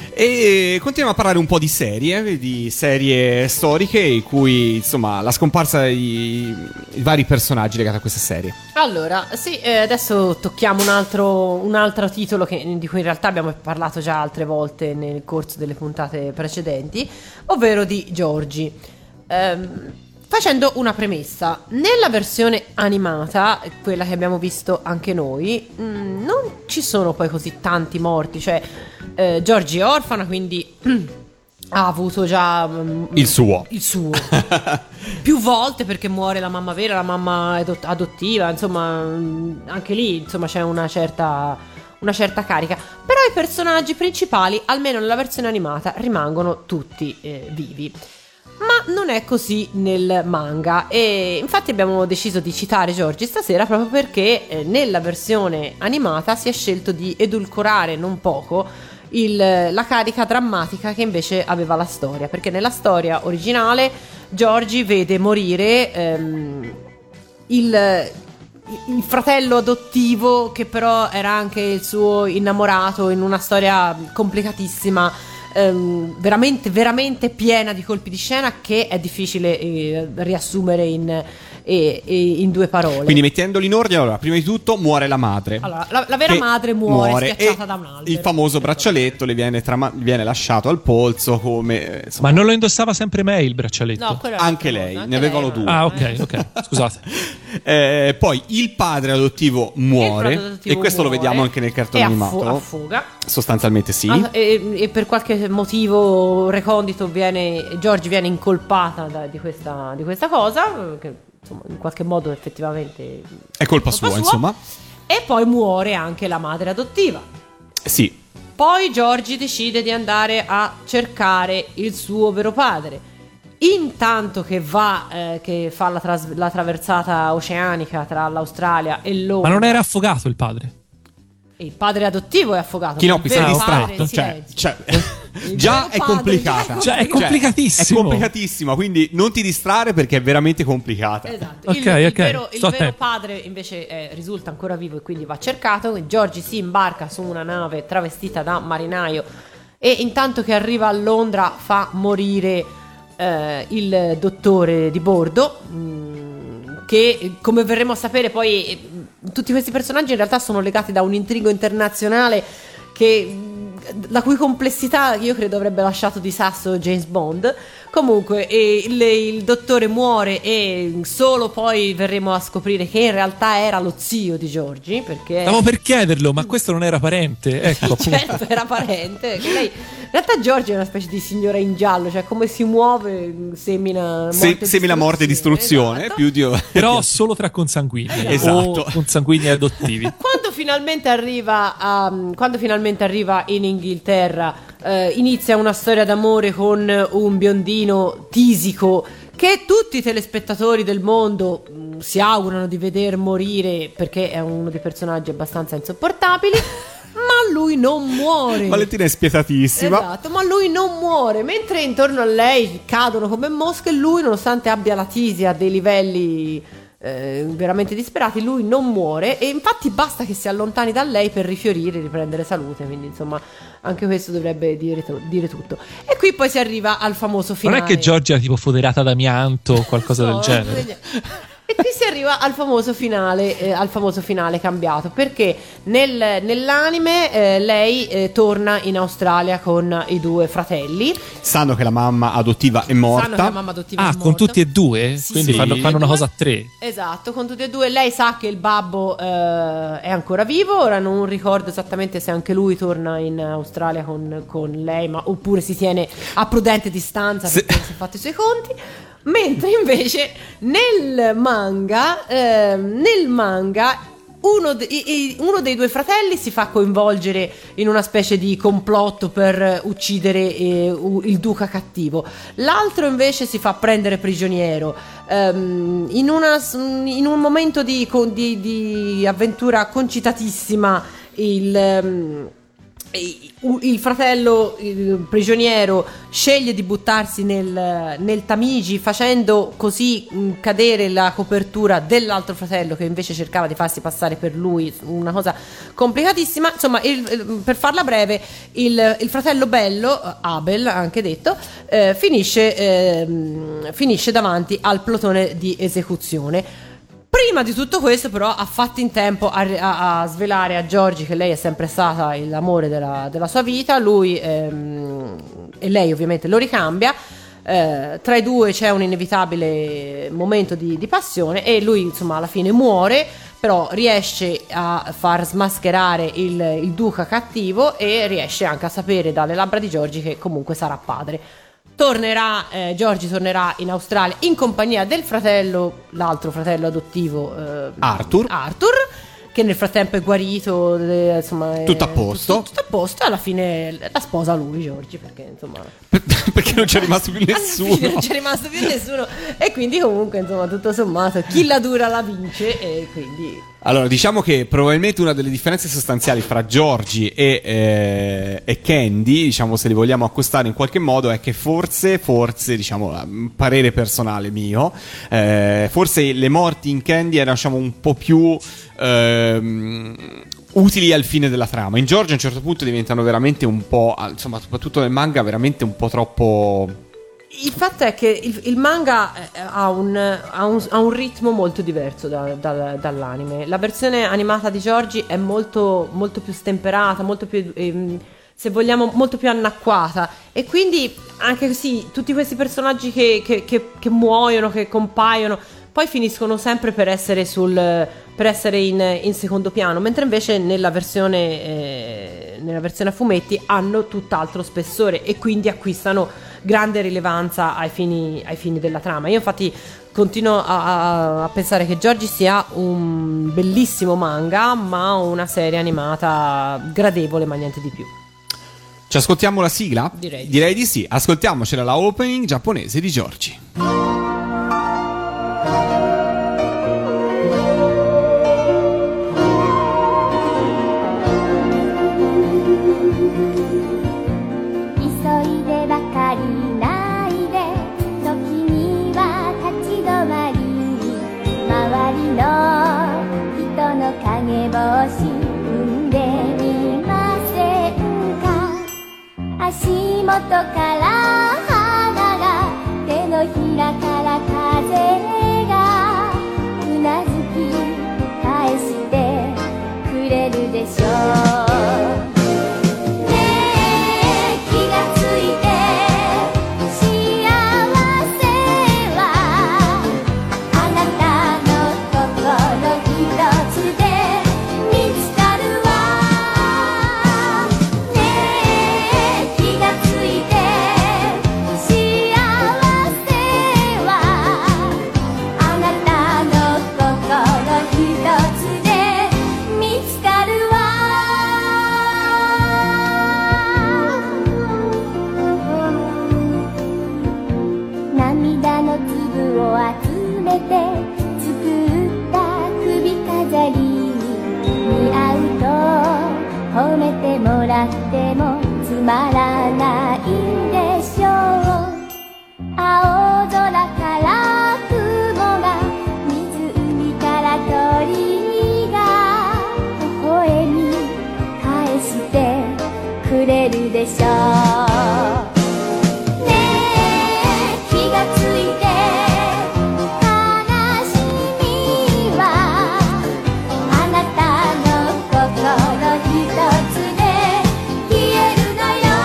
E continuiamo a parlare un po' di serie storiche in cui, insomma, la scomparsa di vari personaggi legati a questa serie. Allora, sì, adesso tocchiamo un altro titolo di cui in realtà abbiamo parlato già altre volte nel corso delle puntate precedenti, ovvero di Georgie. Facendo una premessa, nella versione animata, quella che abbiamo visto anche noi, non ci sono poi così tanti morti, cioè Georgie è orfana, quindi ha avuto già il suo più volte, perché muore la mamma vera, la mamma adottiva, insomma anche lì insomma c'è una certa carica. Però i personaggi principali, almeno nella versione animata, rimangono tutti vivi. Ma non è così nel manga, e infatti abbiamo deciso di citare Georgie stasera proprio perché nella versione animata si è scelto di edulcorare non poco la carica drammatica che invece aveva la storia, perché nella storia originale Georgie vede morire il fratello adottivo, che però era anche il suo innamorato, in una storia complicatissima, veramente veramente piena di colpi di scena, che è difficile riassumere in 2 parole. Quindi mettendoli in ordine, allora, prima di tutto muore la madre. Allora, la vera madre muore schiacciata da un albero. Il famoso braccialetto le viene lasciato al polso come... Ma non lo indossava sempre May il braccialetto? No, quello anche lei, ne avevano 2. Ah, ok, scusate. Poi il padre adottivo muore, e questo lo vediamo anche nel cartone animato. Affoga. Sostanzialmente sì. E per qualche motivo recondito Georgie viene incolpata di questa cosa, che insomma in qualche modo effettivamente è colpa sua, insomma. E poi muore anche la madre adottiva. Sì. Poi Georgie decide di andare a cercare il suo vero padre. Intanto che fa la traversata oceanica tra l'Australia e Londra. Ma non era affogato il padre? Il padre adottivo è affogato. Chinoppi, sei distratto. Già è complicata. È complicatissimo. È complicatissima, quindi non ti distrarre perché è veramente complicata. Esatto. Il vero padre invece risulta ancora vivo e quindi va cercato. Georgie si imbarca su una nave travestita da marinaio e intanto che arriva a Londra fa morire il dottore di bordo, che come verremo a sapere poi tutti questi personaggi in realtà sono legati da un intrigo internazionale la cui complessità io credo avrebbe lasciato di sasso James Bond. Comunque il dottore muore e solo poi verremo a scoprire che in realtà era lo zio di Georgie, perché stavo per chiederlo, ma questo non era parente? Ecco, certo, era parente. Lei, in realtà Georgie è una specie di signora in giallo, cioè come si muove semina morte e distruzione, esatto. Più di... però solo tra consanguigni, esatto. O consanguigni adottivi. Quando finalmente arriva in Inghilterra, inizia una storia d'amore con un biondino tisico che tutti i telespettatori del mondo si augurano di veder morire, perché è uno dei personaggi abbastanza insopportabili. Ma lui non muore. Valentina è spietatissima. Esatto, ma lui non muore. Mentre intorno a lei cadono come mosche, lui, nonostante abbia la tisi a dei livelli veramente disperati, lui non muore. E infatti basta che si allontani da lei per rifiorire e riprendere salute. Quindi insomma anche questo dovrebbe dire tutto. E qui poi si arriva al famoso finale. Non è che Georgia è tipo foderata d'amianto o qualcosa del genere? E qui si arriva al famoso finale cambiato, perché nell'anime lei torna in Australia con i 2 fratelli. Sanno che la mamma adottiva è morta. Con tutti e 2? Sì, quindi sì. fanno una cosa a 3. Esatto, con tutti e 2. Lei sa che il babbo è ancora vivo. Ora non ricordo esattamente se anche lui torna in Australia con lei, oppure si tiene a prudente distanza perché si è fatto i suoi conti. Mentre invece nel manga uno dei 2 fratelli si fa coinvolgere in una specie di complotto per uccidere il duca cattivo. L'altro invece si fa prendere prigioniero in un momento di avventura concitatissima. Il fratello prigioniero sceglie di buttarsi nel Tamigi, facendo così cadere la copertura dell'altro fratello che invece cercava di farsi passare per lui, una cosa complicatissima. Insomma, per farla breve, il fratello bello, Abel anche detto, finisce davanti al plotone di esecuzione. Prima di tutto questo però ha fatto in tempo a svelare a Georgie che lei è sempre stata l'amore della sua vita. Lui e lei ovviamente lo ricambia. Tra i 2 c'è un inevitabile momento di passione e lui insomma alla fine muore, però riesce a far smascherare il duca cattivo e riesce anche a sapere dalle labbra di Georgie che comunque sarà padre. Georgie tornerà in Australia in compagnia del l'altro fratello adottivo Arthur, che nel frattempo è guarito, insomma è Tutto a posto. tutto a posto, e alla fine la sposa lui, Giorgi, perché insomma Perché non c'è rimasto più alla nessuno. fine non c'è rimasto più nessuno, e quindi comunque insomma tutto sommato chi la dura la vince, e quindi Allora, diciamo che probabilmente una delle differenze sostanziali fra Giorgi e Candy, diciamo, se li vogliamo accostare in qualche modo, è che forse, diciamo, parere personale mio, forse le morti in Candy erano, diciamo, un po' più utili al fine della trama. In Giorgi a un certo punto diventano veramente un po', insomma, soprattutto nel manga, veramente un po' troppo... il fatto è che il manga ha un ritmo molto diverso dall'anime. La versione animata di Giorgi è molto, molto più stemperata, molto più, se vogliamo, molto più annacquata. E quindi anche così tutti questi personaggi che muoiono, che compaiono, poi finiscono sempre per essere in secondo piano, mentre invece nella versione a fumetti hanno tutt'altro spessore e quindi acquistano grande rilevanza ai fini della trama. Io infatti continuo a pensare che Giorgi sia un bellissimo manga, ma una serie animata gradevole, ma niente di più. Ci ascoltiamo la sigla? Direi di sì. Ascoltiamocela, la opening giapponese di Giorgi. 足元から花が手のひらから風がうなずき返してくれるでしょうねえ気がついて幸せはあなたの心一つで見つかるわねえ気がついて幸せはあなたの心一つで見つかるわ涙の粒を集めて作った首飾りに似合うと褒めてもらってもつまらないでしょう青空から雲が湖から鳥が微笑み返してくれるでしょうねえ気がついて悲しみはあなたの心一つで消えるのよ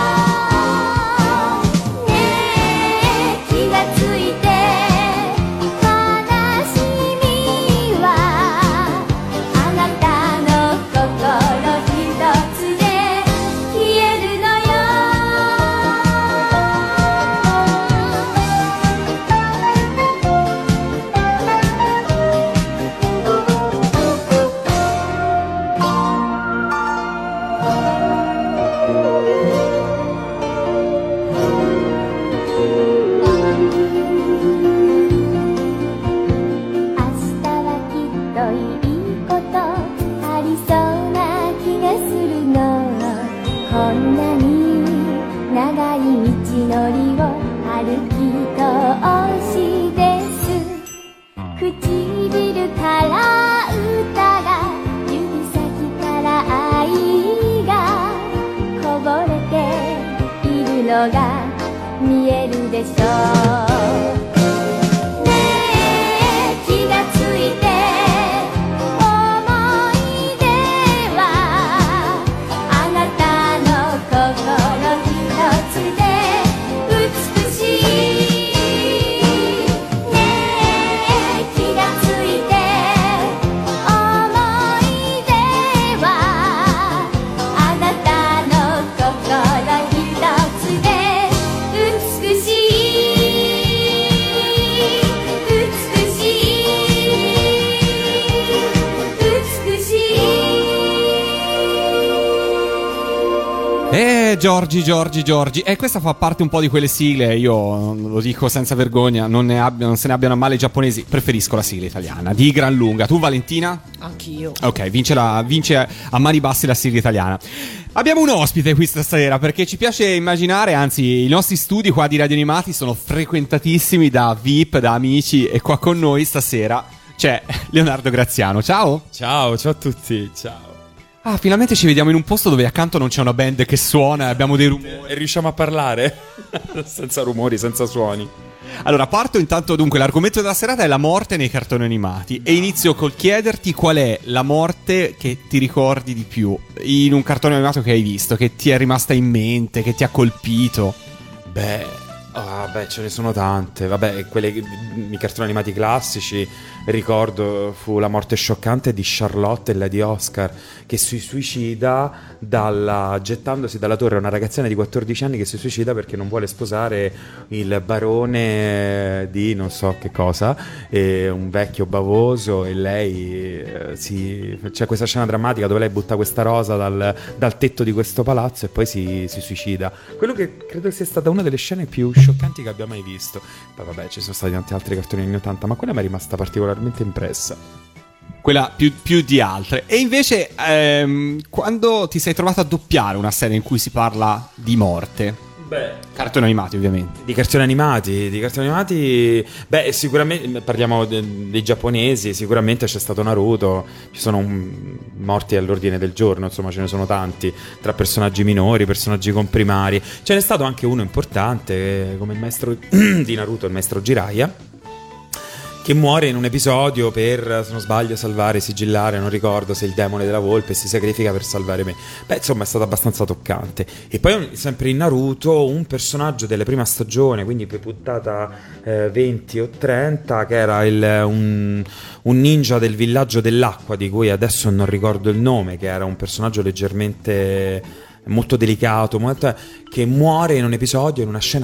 ねえ気がついて悲しみはあなたの心一つで消えるのよ明日はきっといいことありそうな気がするのこんなに長い道のりを歩き通しです唇から歌が指先から愛がこぼれているのが見えるでしょうねえ気がついて思い出はあなたの心一つで美しいねえ気がついて思い出はあなたの心一つで美しい Giorgi. E questa fa parte un po' di quelle sigle, io lo dico senza vergogna, non se ne abbiano a male i giapponesi, preferisco la sigla italiana, di gran lunga. Tu, Valentina? Anch'io. Ok, vince a mani basse la sigla italiana. Abbiamo un ospite qui stasera perché ci piace immaginare, anzi i nostri studi qua di Radio Animati sono frequentatissimi da VIP, da amici, e qua con noi stasera c'è Leonardo Graziano. Ciao! Ciao a tutti, ciao. Ah, finalmente ci vediamo in un posto dove accanto non c'è una band che suona e abbiamo dei rumori. E riusciamo a parlare senza rumori, senza suoni. Allora, parto intanto, dunque, l'argomento della serata è la morte nei cartoni animati. E inizio col chiederti qual è la morte che ti ricordi di più in un cartone animato che hai visto, che ti è rimasta in mente, che ti ha colpito. Beh, ce ne sono tante. Vabbè, i cartoni animati classici, ricordo, fu la morte scioccante di Charlotte e Lady Oscar, che si suicida gettandosi dalla torre. Una ragazzina di 14 anni che si suicida perché non vuole sposare il barone di non so che cosa, un vecchio bavoso, e lei c'è questa scena drammatica dove lei butta questa rosa dal tetto di questo palazzo e poi si suicida. Quello che credo sia stata una delle scene più scioccanti che abbia mai visto. Poi vabbè, ci sono stati tanti altri cartoni anni 80, ma quella mi è rimasta particolarmente impressa. Quella più di altre. E invece quando ti sei trovato a doppiare una serie in cui si parla di morte? Beh, cartoni animati, ovviamente. Di cartoni animati, beh, sicuramente parliamo dei giapponesi, sicuramente c'è stato Naruto, ci sono morti all'ordine del giorno, insomma ce ne sono tanti, tra personaggi minori, personaggi comprimari. Ce n'è stato anche uno importante, come il maestro di Naruto, il maestro Jiraiya, che muore in un episodio per, se non sbaglio, salvare, sigillare, non ricordo se il demone della volpe, si sacrifica per salvare me. Beh, insomma, è stato abbastanza toccante. E poi, sempre in Naruto, un personaggio della prima stagione, quindi per puntata 20 o 30, che era un ninja del villaggio dell'acqua, di cui adesso non ricordo il nome, che era un personaggio leggermente molto delicato, che muore in un episodio, in una scena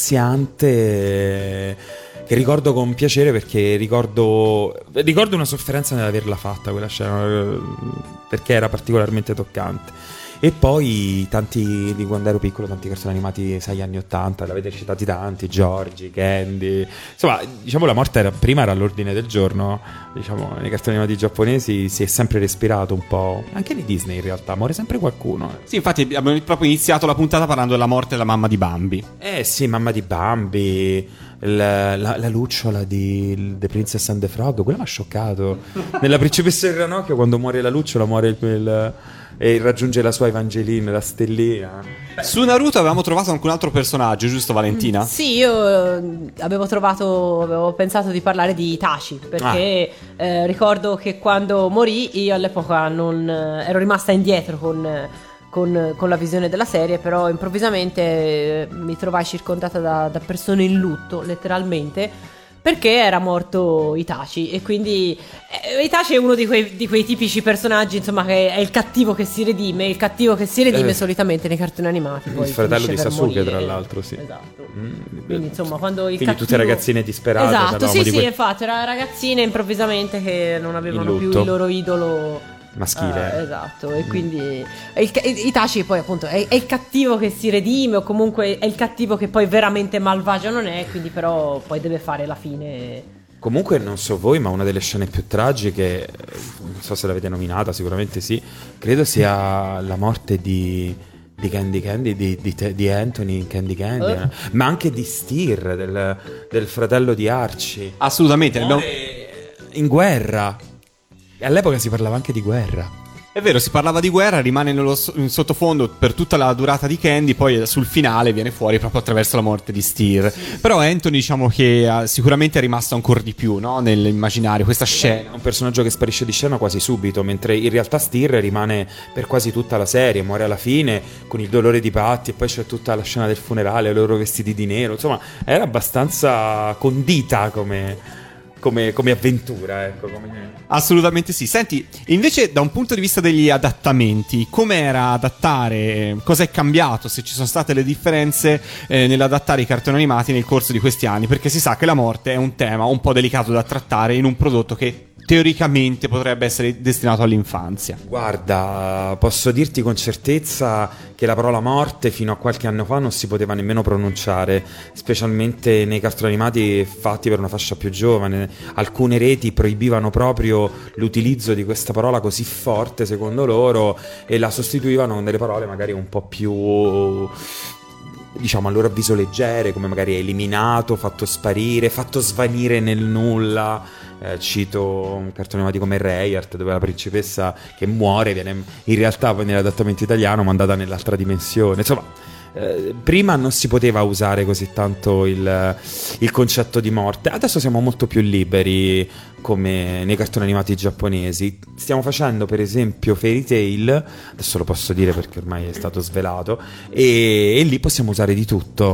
straziante, che ricordo con piacere, perché ricordo una sofferenza nell'averla fatta quella scena, perché era particolarmente toccante. E poi tanti, di quando ero piccolo, tanti cartoni animati 6 anni 80, l'avete citati tanti, Giorgi, Candy. Insomma, diciamo, la morte prima era all'ordine del giorno, diciamo, nei cartoni animati giapponesi si è sempre respirato un po', anche di Disney in realtà, muore sempre qualcuno. Sì, infatti abbiamo proprio iniziato la puntata parlando della morte della mamma di Bambi. Sì, mamma di Bambi, la lucciola di The Princess and the Frog, quella mi ha scioccato. Nella Principessa del Ranocchio, quando muore la lucciola, muore e raggiunge la sua Evangeline, la stellina. Su Naruto avevamo trovato anche un altro personaggio, giusto, Valentina? Sì, io avevo pensato di parlare di Itachi, perché ricordo che quando morì io all'epoca non ero rimasta indietro con la visione della serie, però improvvisamente mi trovai circondata da persone in lutto, letteralmente, perché era morto Itachi. E quindi Itachi è uno di quei tipici personaggi, insomma, che è il cattivo che si redime. Il cattivo che si redime solitamente nei cartoni animati, poi il fratello di Sasuke, morire, tra l'altro, sì. Esatto. Quindi insomma, quando il quindi cattivo... tutte ragazzine disperate. Esatto, sì, infatti erano ragazzine improvvisamente che non avevano più il loro idolo maschile. Esatto. E quindi Itachi poi appunto è il cattivo che si redime, o comunque è il cattivo che poi veramente malvagio non è, quindi però poi deve fare la fine. Comunque, non so voi, ma una delle scene più tragiche, non so se l'avete nominata, sicuramente sì, credo sia la morte di Candy, di Anthony in Candy, ma anche di Steer, del fratello di Archie. Assolutamente. In guerra. E all'epoca si parlava anche di guerra. È vero, si parlava di guerra, rimane in sottofondo per tutta la durata di Candy, poi sul finale viene fuori proprio attraverso la morte di Steer. Sì. Però Anthony, diciamo che sicuramente è rimasto ancora di più, no? Nell'immaginario, questa scena. È un personaggio che sparisce di scena quasi subito, mentre in realtà Steer rimane per quasi tutta la serie, muore alla fine con il dolore di Patty, e poi c'è tutta la scena del funerale, loro vestiti di nero, insomma era abbastanza condita come avventura, ecco. Assolutamente sì. Senti, invece da un punto di vista degli adattamenti, com'era adattare, cosa è cambiato, se ci sono state le differenze nell'adattare i cartoni animati nel corso di questi anni, perché si sa che la morte è un tema un po' delicato da trattare in un prodotto che teoricamente potrebbe essere destinato all'infanzia. Guarda, posso dirti con certezza che la parola morte fino a qualche anno fa non si poteva nemmeno pronunciare, specialmente nei cartoni animati fatti per una fascia più giovane. Alcune reti proibivano proprio l'utilizzo di questa parola così forte, secondo loro, e la sostituivano con delle parole magari un po' più, diciamo, a loro avviso leggere, come magari eliminato, fatto sparire, fatto svanire nel nulla. Cito un cartone animato come Rayart, dove la principessa che muore viene in realtà poi nell'adattamento italiano mandata nell'altra dimensione. Insomma, prima non si poteva usare così tanto il concetto di morte. Adesso siamo molto più liberi, come nei cartoni animati giapponesi. Stiamo facendo per esempio Fairy Tail, adesso lo posso dire perché ormai è stato svelato, e lì possiamo usare di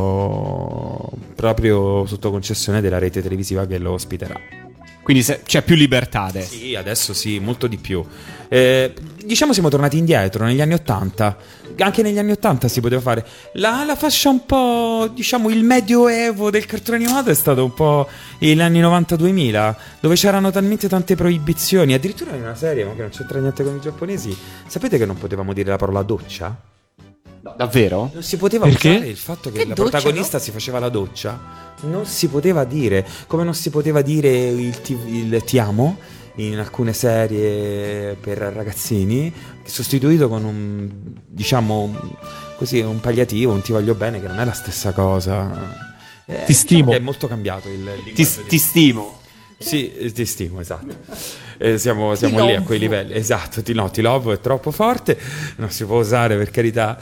tutto, proprio sotto concessione della rete televisiva che lo ospiterà. Quindi c'è più libertà adesso. Sì, adesso sì, molto di più. Diciamo siamo tornati indietro negli anni '80. Anche negli anni '80 si poteva fare la fascia un po', diciamo, il medioevo del cartone animato è stato un po' gli anni 90-2000, dove c'erano talmente tante proibizioni. Addirittura in una serie, ma che non c'entra niente con i giapponesi, sapete che non potevamo dire la parola doccia? No, davvero? Non si poteva Perché? usare il fatto che la doccia, protagonista si faceva la doccia. Non si poteva dire, come non si poteva dire il ti amo in alcune serie per ragazzini, sostituito con un, diciamo così, un palliativo, un ti voglio bene, che non è la stessa cosa. Ti stimo. È molto cambiato il linguaggio Ti stimo. Sì, ti stimo, esatto. Siamo lì a quei livelli. Esatto, ti love è troppo forte, non si può usare, per carità.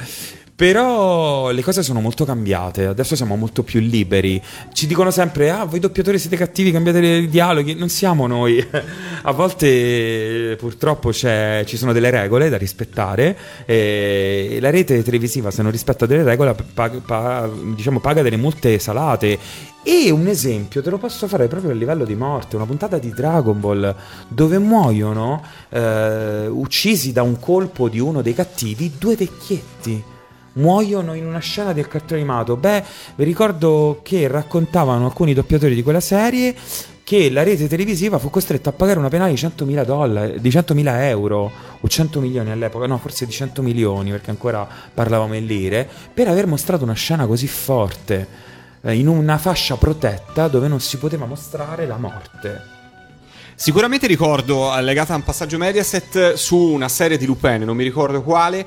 Però le cose sono molto cambiate, adesso siamo molto più liberi. Ci dicono sempre: voi doppiatori siete cattivi, cambiate i dialoghi. Non siamo noi. A volte purtroppo ci sono delle regole da rispettare, e la rete televisiva, se non rispetta delle regole, paga delle multe salate. E un esempio te lo posso fare proprio a livello di morte: una puntata di Dragon Ball dove muoiono, uccisi da un colpo di uno dei cattivi, 2 vecchietti. Muoiono in una scena del cartone animato. Vi ricordo che raccontavano alcuni doppiatori di quella serie che la rete televisiva fu costretta a pagare una penale di $100.000, di 100.000 euro o 100 milioni all'epoca, no, forse di 100 milioni, perché ancora parlavamo in lire, per aver mostrato una scena così forte in una fascia protetta dove non si poteva mostrare la morte. Sicuramente ricordo, legata a un passaggio Mediaset su una serie di Lupin, non mi ricordo quale,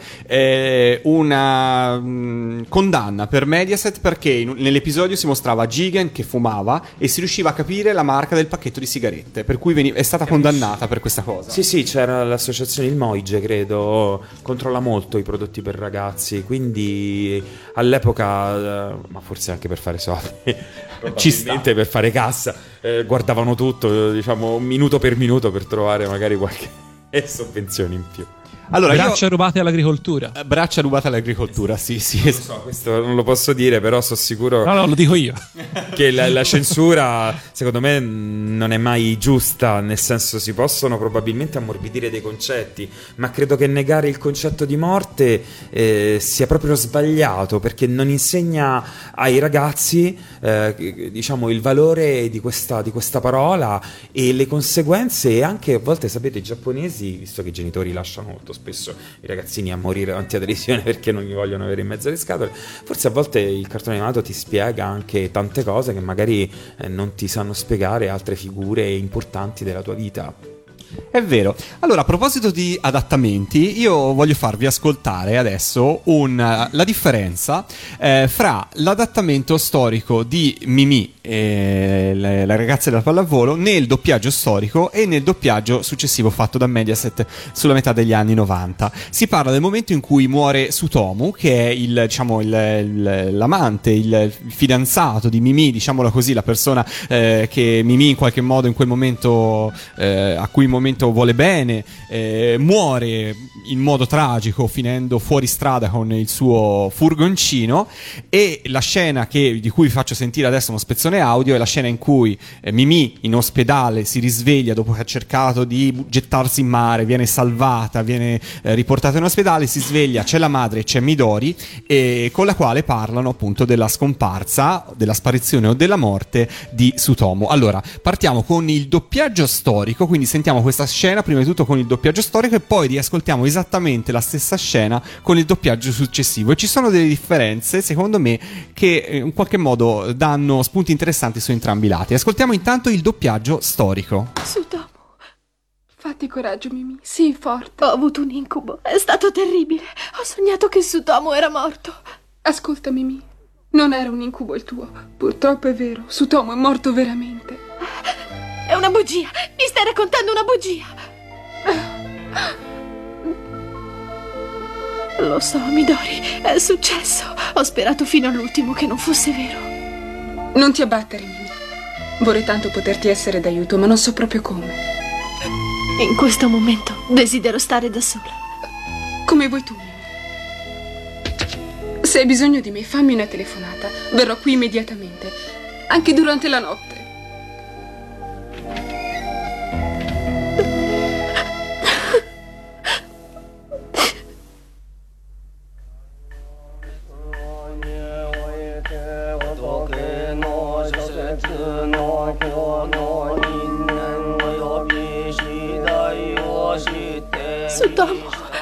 una condanna per Mediaset perché nell'episodio si mostrava Jigen che fumava e si riusciva a capire la marca del pacchetto di sigarette, per cui è stata condannata per questa cosa. Sì, c'era l'associazione Il Moige, credo, controlla molto i prodotti per ragazzi, quindi all'epoca, ma forse anche per fare soldi, probabilmente per fare cassa, guardavano tutto, diciamo, minuto per minuto per trovare magari qualche sovvenzione in più. Allora, braccia rubate all'agricoltura. Braccia rubate all'agricoltura, sì. Non lo so, questo non lo posso dire, però sono sicuro. No, lo dico io. Che la censura, secondo me, non è mai giusta, nel senso, si possono probabilmente ammorbidire dei concetti, ma credo che negare il concetto di morte sia proprio sbagliato, perché non insegna ai ragazzi, diciamo, il valore di questa parola e le conseguenze. E anche a volte, sapete, i giapponesi, visto che i genitori lasciano molto spesso i ragazzini a morire davanti alla televisione perché non gli vogliono avere in mezzo alle scatole, forse a volte il cartone animato ti spiega anche tante cose che magari non ti sanno spiegare altre figure importanti della tua vita. È vero. Allora, a proposito di adattamenti, io voglio farvi ascoltare adesso la differenza fra l'adattamento storico di Mimì, le ragazze della pallavolo, nel doppiaggio storico e nel doppiaggio successivo fatto da Mediaset sulla metà degli anni 90. Si parla del momento in cui muore Sutomu, che è l'amante, il fidanzato di Mimì, diciamola così, la persona che Mimì in qualche modo in quel momento a cui momento momento vuole bene, muore in modo tragico finendo fuori strada con il suo furgoncino. E la scena di cui vi faccio sentire adesso uno spezzone audio è la scena in cui Mimì in ospedale si risveglia dopo che ha cercato di gettarsi in mare, viene salvata, viene riportata in ospedale, si sveglia, c'è la madre e c'è Midori, con la quale parlano appunto della scomparsa, della sparizione o della morte di Tsutomu. Allora, partiamo con il doppiaggio storico, quindi sentiamo questa scena prima di tutto con il doppiaggio storico e poi riascoltiamo esattamente la stessa scena con il doppiaggio successivo. E ci sono delle differenze, secondo me, che in qualche modo danno spunti interessanti su entrambi i lati. Ascoltiamo intanto il doppiaggio storico. Tsutomu, fatti coraggio, Mimì, sii forte. Ho avuto un incubo, è stato terribile. Ho sognato che Tsutomu era morto. Ascolta, Mimì, non era un incubo il tuo. Purtroppo è vero, Tsutomu è morto veramente. È una bugia, mi stai raccontando una bugia. Lo so, Midori, è successo. Ho sperato fino all'ultimo che non fosse vero. Non ti abbattere, Mimì. Vorrei tanto poterti essere d'aiuto, ma non so proprio come. In questo momento desidero stare da sola. Come vuoi tu, Mimì. Se hai bisogno di me, fammi una telefonata. Verrò qui immediatamente, anche durante la notte. Tsutomu.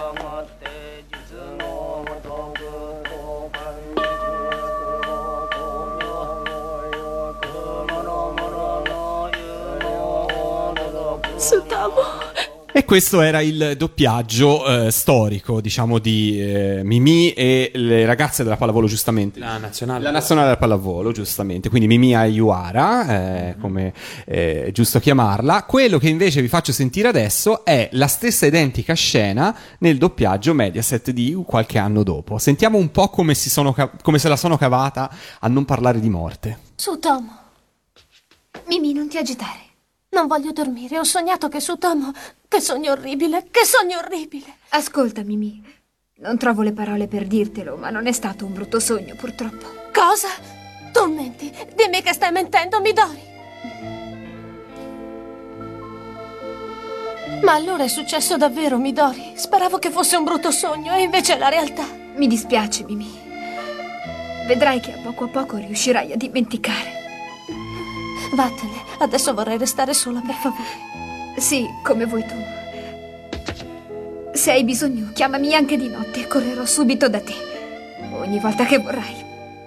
Tsutomu. E questo era il doppiaggio storico, diciamo, di Mimì e le ragazze della pallavolo, giustamente. La nazionale della pallavolo, giustamente. Quindi Mimì Ayuara, come è giusto chiamarla. Quello che invece vi faccio sentire adesso è la stessa identica scena nel doppiaggio Mediaset di qualche anno dopo. Sentiamo un po' come se la sono cavata a non parlare di morte. Tsutomu. Mimì, non ti agitare. Non voglio dormire, ho sognato che Tsutomu... Che sogno orribile, che sogno orribile! Ascolta, Mimì, non trovo le parole per dirtelo, ma non è stato un brutto sogno, purtroppo. Cosa? Tu menti? Dimmi che stai mentendo, Midori! Ma allora è successo davvero, Midori? Speravo che fosse un brutto sogno, e invece è la realtà. Mi dispiace, Mimì. Vedrai che a poco riuscirai a dimenticare. Vattene, adesso vorrei restare sola, per favore. Sì, come vuoi tu. Se hai bisogno, chiamami anche di notte e correrò subito da te. Ogni volta che vorrai.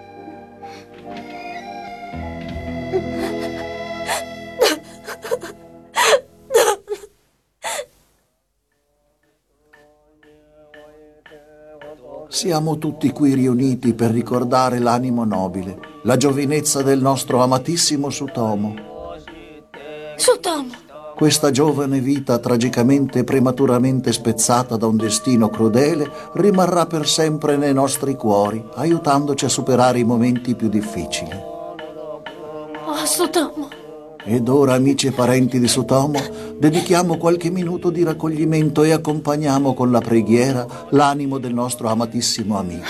Siamo tutti qui riuniti per ricordare l'animo nobile, la giovinezza del nostro amatissimo Tsutomu. Tsutomu! Questa giovane vita tragicamente e prematuramente spezzata da un destino crudele rimarrà per sempre nei nostri cuori, aiutandoci a superare i momenti più difficili. Oh, Tsutomu! Ed ora, amici e parenti di Tsutomu, dedichiamo qualche minuto di raccoglimento e accompagniamo con la preghiera l'animo del nostro amatissimo amico.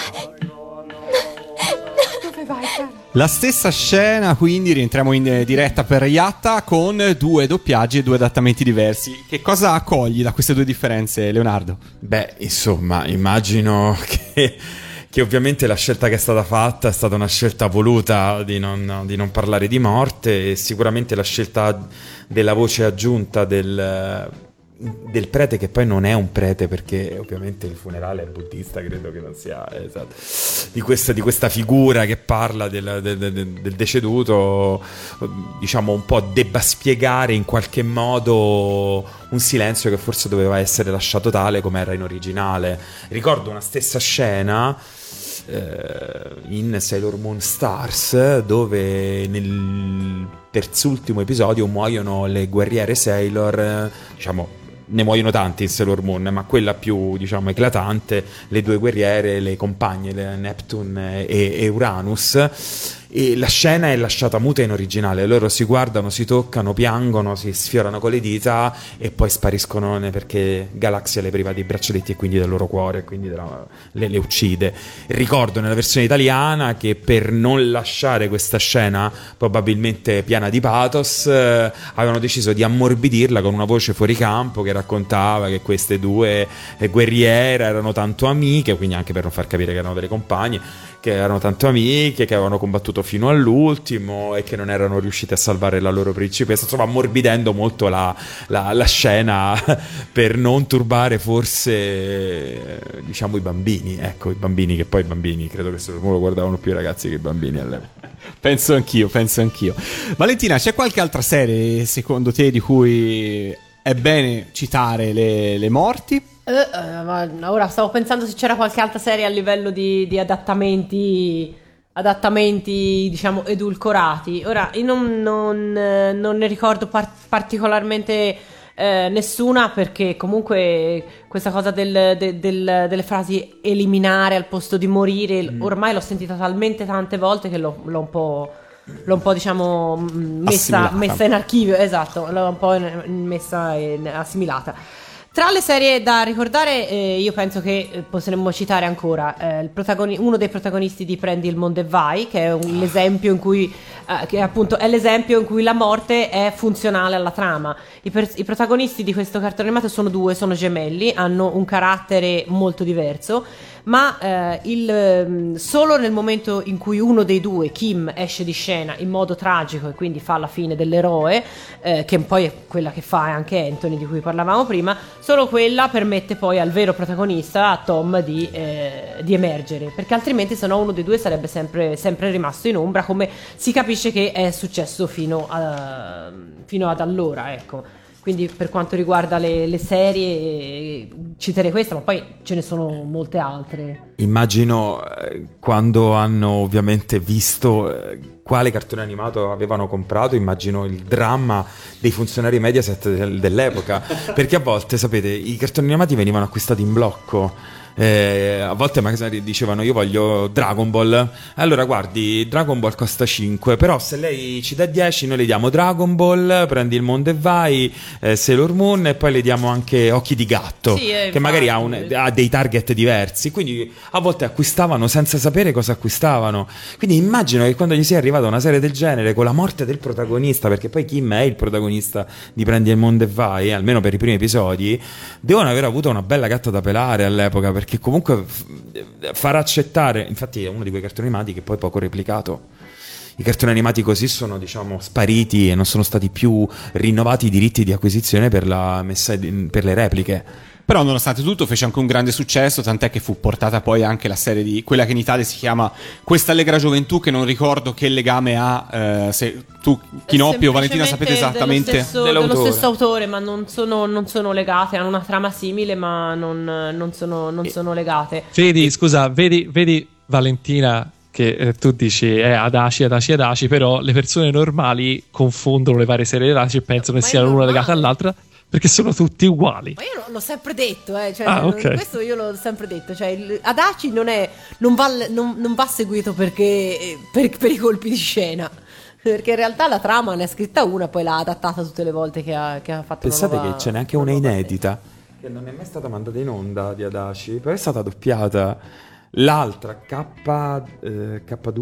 Dove vai, cara? La stessa scena, quindi rientriamo in diretta per Yatta con due doppiaggi e due adattamenti diversi. Che cosa accogli da queste due differenze, Leonardo? Beh, insomma, immagino che ovviamente la scelta che è stata fatta è stata una scelta voluta di non parlare di morte, e sicuramente la scelta della voce aggiunta del prete, che poi non è un prete perché ovviamente il funerale è buddista, credo che non sia esatto, di questa figura che parla del deceduto, diciamo un po' debba spiegare in qualche modo un silenzio che forse doveva essere lasciato tale come era in originale. Ricordo una stessa scena in Sailor Moon Stars, dove nel terzultimo episodio muoiono le guerriere Sailor, diciamo ne muoiono tanti in Sailor Moon, ma quella più, diciamo, eclatante, le due guerriere, le compagne, le Neptune e Uranus, E la scena è lasciata muta in originale, loro si guardano, si toccano, piangono, si sfiorano con le dita e poi spariscono perché Galaxia le priva dei braccialetti e quindi del loro cuore, quindi le uccide. Ricordo nella versione italiana che per non lasciare questa scena probabilmente piena di pathos avevano deciso di ammorbidirla con una voce fuori campo che raccontava che queste due guerriere erano tanto amiche, quindi anche per non far capire che erano delle compagne, che erano tanto amiche, che avevano combattuto fino all'ultimo e che non erano riuscite a salvare la loro principessa, insomma ammorbidendo molto la scena per non turbare forse diciamo i bambini, ecco, i bambini, che poi i bambini credo che lo guardavano più i ragazzi che i bambini all'epoca. Penso anch'io. Valentina, c'è qualche altra serie secondo te di cui è bene citare le morti? Ora stavo pensando se c'era qualche altra serie a livello di adattamenti diciamo edulcorati. Ora io non ne ricordo particolarmente nessuna, perché comunque questa cosa delle frasi eliminare al posto di morire ormai l'ho sentita talmente tante volte che l'ho un po' diciamo messa in archivio, esatto, l'ho un po' assimilata. Tra le serie da ricordare, io penso che potremmo citare ancora uno dei protagonisti di Prendi il mondo e vai, che è l'esempio in cui che appunto è l'esempio in cui la morte è funzionale alla trama. I protagonisti di questo cartone animato sono due, sono gemelli, hanno un carattere molto diverso, ma solo nel momento in cui uno dei due, Kim, esce di scena in modo tragico e quindi fa la fine dell'eroe, che poi è quella che fa anche Anthony di cui parlavamo prima, solo quella permette poi al vero protagonista, a Tom, di emergere, perché altrimenti sennò uno dei due sarebbe sempre rimasto in ombra, come si capisce che è successo fino ad allora, ecco. Quindi per quanto riguarda le serie citerei questa, ma poi ce ne sono molte altre. Immagino quando hanno ovviamente visto quale cartone animato avevano comprato, immagino il dramma dei funzionari Mediaset dell'epoca, perché a volte, sapete, i cartoni animati venivano acquistati in blocco. A volte magari dicevano io voglio Dragon Ball, allora guardi, Dragon Ball costa 5, però se lei ci dà 10 noi le diamo Dragon Ball, Prendi il mondo e vai, Sailor Moon, e poi le diamo anche Occhi di gatto, sì, che magari ha dei target diversi, quindi a volte acquistavano senza sapere cosa acquistavano. Quindi immagino che quando gli sia arrivata una serie del genere con la morte del protagonista, perché poi Kim è il protagonista di Prendi il mondo e vai, almeno per i primi episodi, devono aver avuto una bella gatta da pelare all'epoca, perché comunque far accettare, infatti è uno di quei cartoni animati che poi poco replicato. I cartoni animati così sono, diciamo, spariti e non sono stati più rinnovati i diritti di acquisizione per le repliche. Però nonostante tutto fece anche un grande successo, tant'è che fu portata poi anche la serie di quella che in Italia si chiama Questa allegra gioventù, che non ricordo che legame ha, se tu Chinoppi o Valentina sapete esattamente dello stesso autore, ma non sono legate, hanno una trama simile ma non sono legate. Vedi Valentina che tu dici Adachi, però le persone normali confondono le varie serie di Adachi e pensano che siano una legata all'altra, perché sono tutti uguali. Ma io l'ho sempre detto, cioè, okay. Questo io l'ho sempre detto, cioè Adachi non va seguito perché per i colpi di scena, perché in realtà la trama ne ha scritta una, poi l'ha adattata tutte le volte che ha fatto. Pensate che ce n'è anche una inedita che non è mai stata mandata in onda di Adachi, però è stata doppiata. L'altra K2?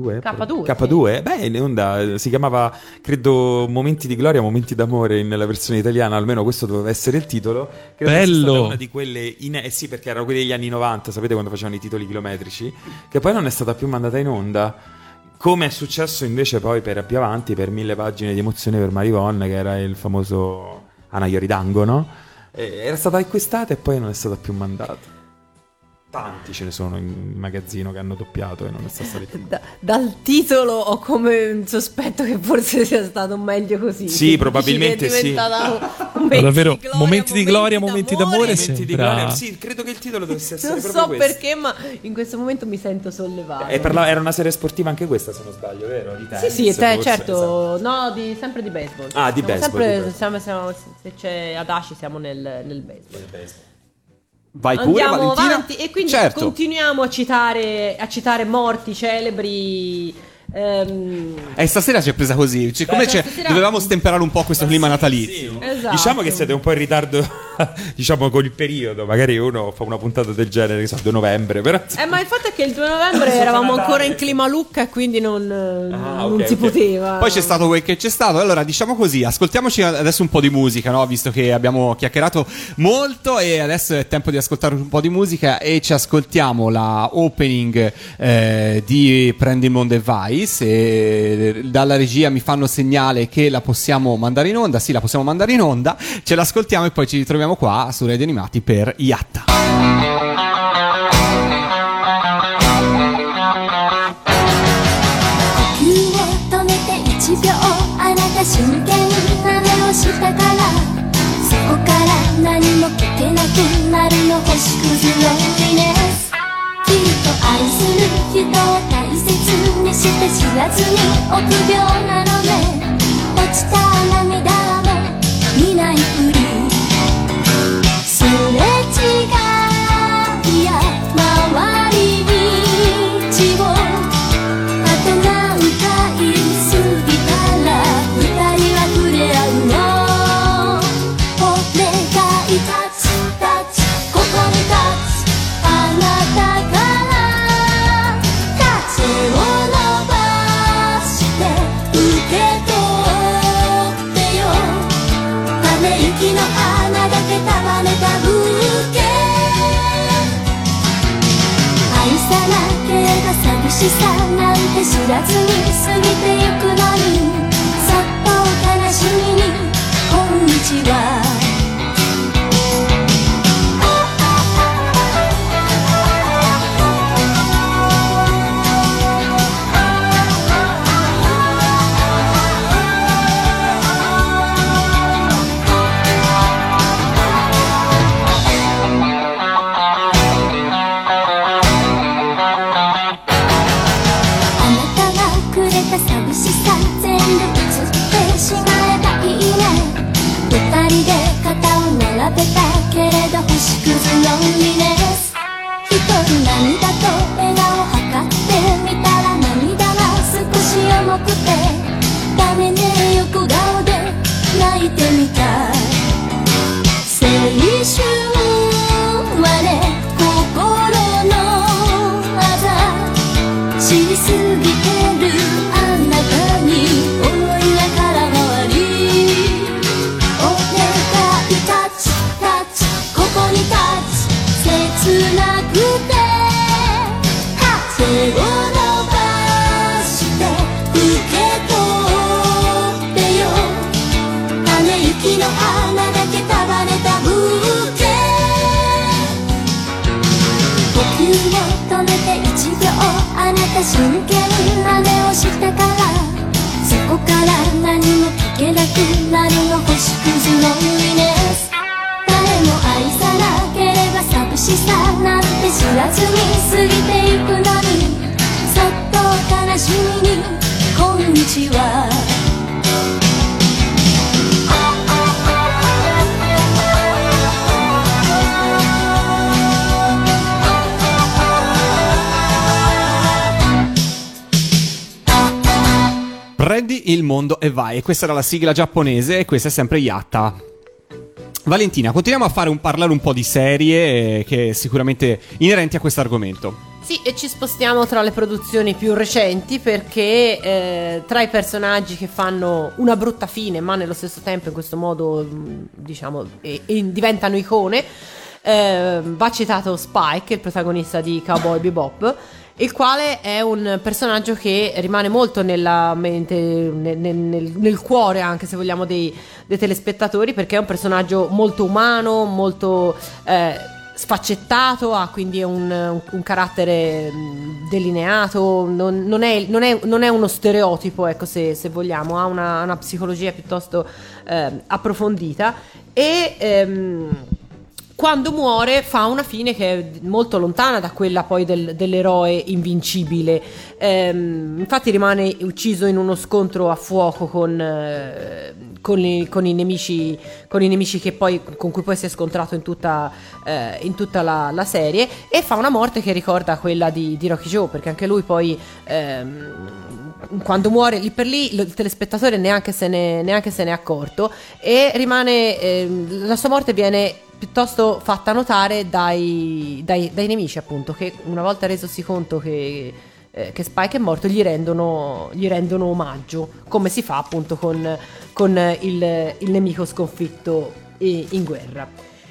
K2, beh, in onda si chiamava, credo, Momenti di gloria, momenti d'amore nella versione italiana, almeno questo doveva essere il titolo. Credo bello! Una di quelle sì, perché erano quelli degli anni 90, sapete, quando facevano i titoli chilometrici, che poi non è stata più mandata in onda, come è successo invece poi più avanti per 1000 pagine di emozione per Marivonne, che era il famoso Anayoridango, no? Era stata acquistata e poi non è stata più mandata. Tanti ce ne sono in magazzino che hanno doppiato e non è stato più. Dal titolo ho come un sospetto che forse sia stato meglio così. Sì, probabilmente sì. Davvero, momenti di gloria, momenti d'amore. Sì, credo che il titolo dovesse essere proprio questo. Non so perché, ma in questo momento mi sento sollevata. Era una serie sportiva anche questa, se non sbaglio, vero? Di tennis, sì, certo. Esatto. No, sempre di baseball. Ah, di baseball. Se c'è Adachi siamo nel baseball. Vai pure, andiamo Valentina. avanti e quindi certo. continuiamo a citare morti celebri Stasera ci è presa così. Come dovevamo stemperare un po' questo clima natalizio. Esatto. Diciamo che siete un po' in ritardo, diciamo, con il periodo. Magari uno fa una puntata del genere, che so, 2 novembre. Però... ma il fatto è che il 2 novembre eravamo ancora in clima Lucca e quindi non si poteva. Poi c'è stato quel che c'è stato. Allora, diciamo così, ascoltiamoci adesso un po' di musica, no? Visto che abbiamo chiacchierato molto e adesso è tempo di ascoltare un po' di musica, e ci ascoltiamo la opening di Prendi il mondo e vai. Se dalla regia mi fanno segnale che la possiamo mandare in onda, sì, la possiamo mandare in onda, ce l'ascoltiamo e poi ci ritroviamo qua su Radio Animati per Yatta. 愛する人を大切にして知らずに臆病なのね落ちた涙も見ないふりすれ違いや回り道をあと何回過ぎたら二人は触れ合うのお願いタッチタッチここにタッチあなたから手を伸ばして受け取ってよため息の花だけ束ねたブーケ愛さなければ寂しさなんて知らずに過ぎてゆくのにそっと悲しみにこんにちは寂しさ全部移ってしまえばいいね二人で肩を並べたけれど星屑のリネス一人涙と笑顔測ってみたら涙が少し重くてダメね横顔で泣いてみた青春はね心のあざ知りすぎてるつなくて手を伸ばして受け取ってよため息の花だけ束ねたブーケ呼吸を止めて1秒あなた真剣な目をしたからそこから何も聞けなくなるの星屑のリネス誰も愛さなければ寂しさなんて知らずに過ぎてゆくのにそっと悲しみにこんにちは Prendi il mondo e vai. E questa era la sigla giapponese e questa è sempre Yatta. Valentina, continuiamo a parlare un po' di serie che sicuramente inerenti a questo argomento. Sì, e ci spostiamo tra le produzioni più recenti perché tra i personaggi che fanno una brutta fine ma nello stesso tempo in questo modo diciamo diventano icone va citato Spike, il protagonista di Cowboy Bebop, il quale è un personaggio che rimane molto nella mente, nel cuore anche se vogliamo dei telespettatori, perché è un personaggio molto umano, molto sfaccettato, ha quindi un carattere delineato, non è uno stereotipo, ecco, se vogliamo, ha una psicologia piuttosto approfondita e quando muore fa una fine che è molto lontana da quella poi dell'eroe invincibile. Infatti rimane ucciso in uno scontro a fuoco con i nemici con cui poi si è scontrato in tutta la serie, e fa una morte che ricorda quella di Rocky Joe, perché anche lui poi quando muore lì per lì il telespettatore neanche se ne è accorto, e rimane la sua morte viene piuttosto fatta notare dai nemici, appunto, che una volta resosi conto che Spike è morto gli rendono omaggio, come si fa appunto con il nemico sconfitto in guerra.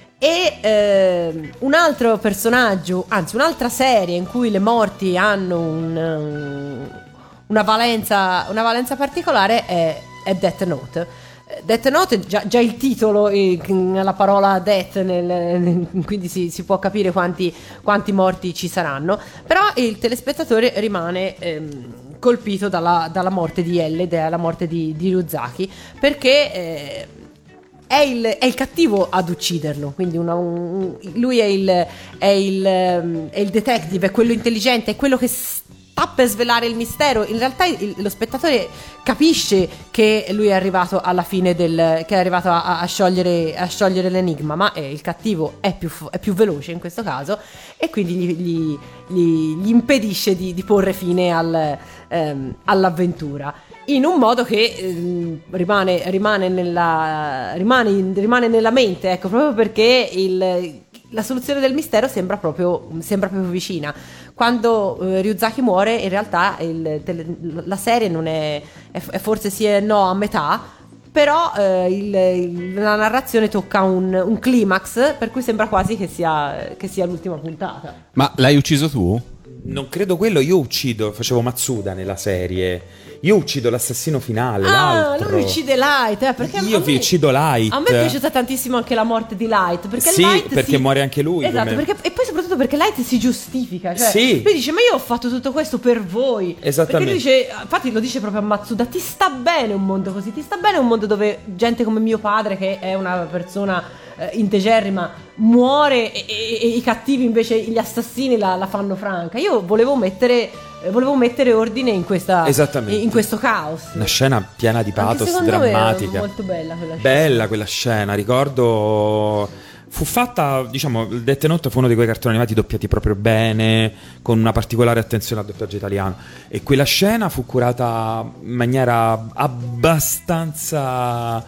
E un altro personaggio, anzi un'altra serie in cui le morti hanno una valenza particolare è Death Note. Death Note, già il titolo, la parola death, quindi si può capire quanti morti ci saranno, però il telespettatore rimane colpito dalla morte di L, dalla morte di Ryuzaki, perché è il cattivo ad ucciderlo, quindi lui è il detective, è quello intelligente, è quello che sta per svelare il mistero. In realtà lo spettatore capisce che lui è arrivato alla fine che è arrivato a sciogliere l'enigma, ma il cattivo è più veloce in questo caso, e quindi gli impedisce di porre fine all'avventura, in un modo che rimane nella mente, ecco, proprio perché la soluzione del mistero sembra proprio vicina. Quando Ryuzaki muore, in realtà la serie non è forse sì e no a metà, però la narrazione tocca un climax, per cui sembra quasi che sia l'ultima puntata. Ma l'hai ucciso tu? Non credo quello, io facevo Matsuda nella serie. Io uccido l'assassino finale, l'altro. Lui uccide Light, perché io uccido Light. A me è piaciuta tantissimo anche la morte di Light, perché sì, Light perché muore anche lui. Esatto, e poi soprattutto perché Light si giustifica, cioè sì. Lui dice: ma io ho fatto tutto questo per voi. Esattamente. Perché lui dice, infatti lo dice proprio a Matsuda: ti sta bene un mondo così, ti sta bene un mondo dove gente come mio padre, che è una persona integerrima, muore, e i cattivi invece, gli assassini la fanno franca. Io volevo mettere ordine in questo caos. Una scena piena di pathos, drammatica. Molto bella quella scena. Bella quella scena, ricordo. Fu fatta, diciamo, Death Note fu uno di quei cartoni animati doppiati proprio bene, con una particolare attenzione al doppiaggio italiano, e quella scena fu curata in maniera abbastanza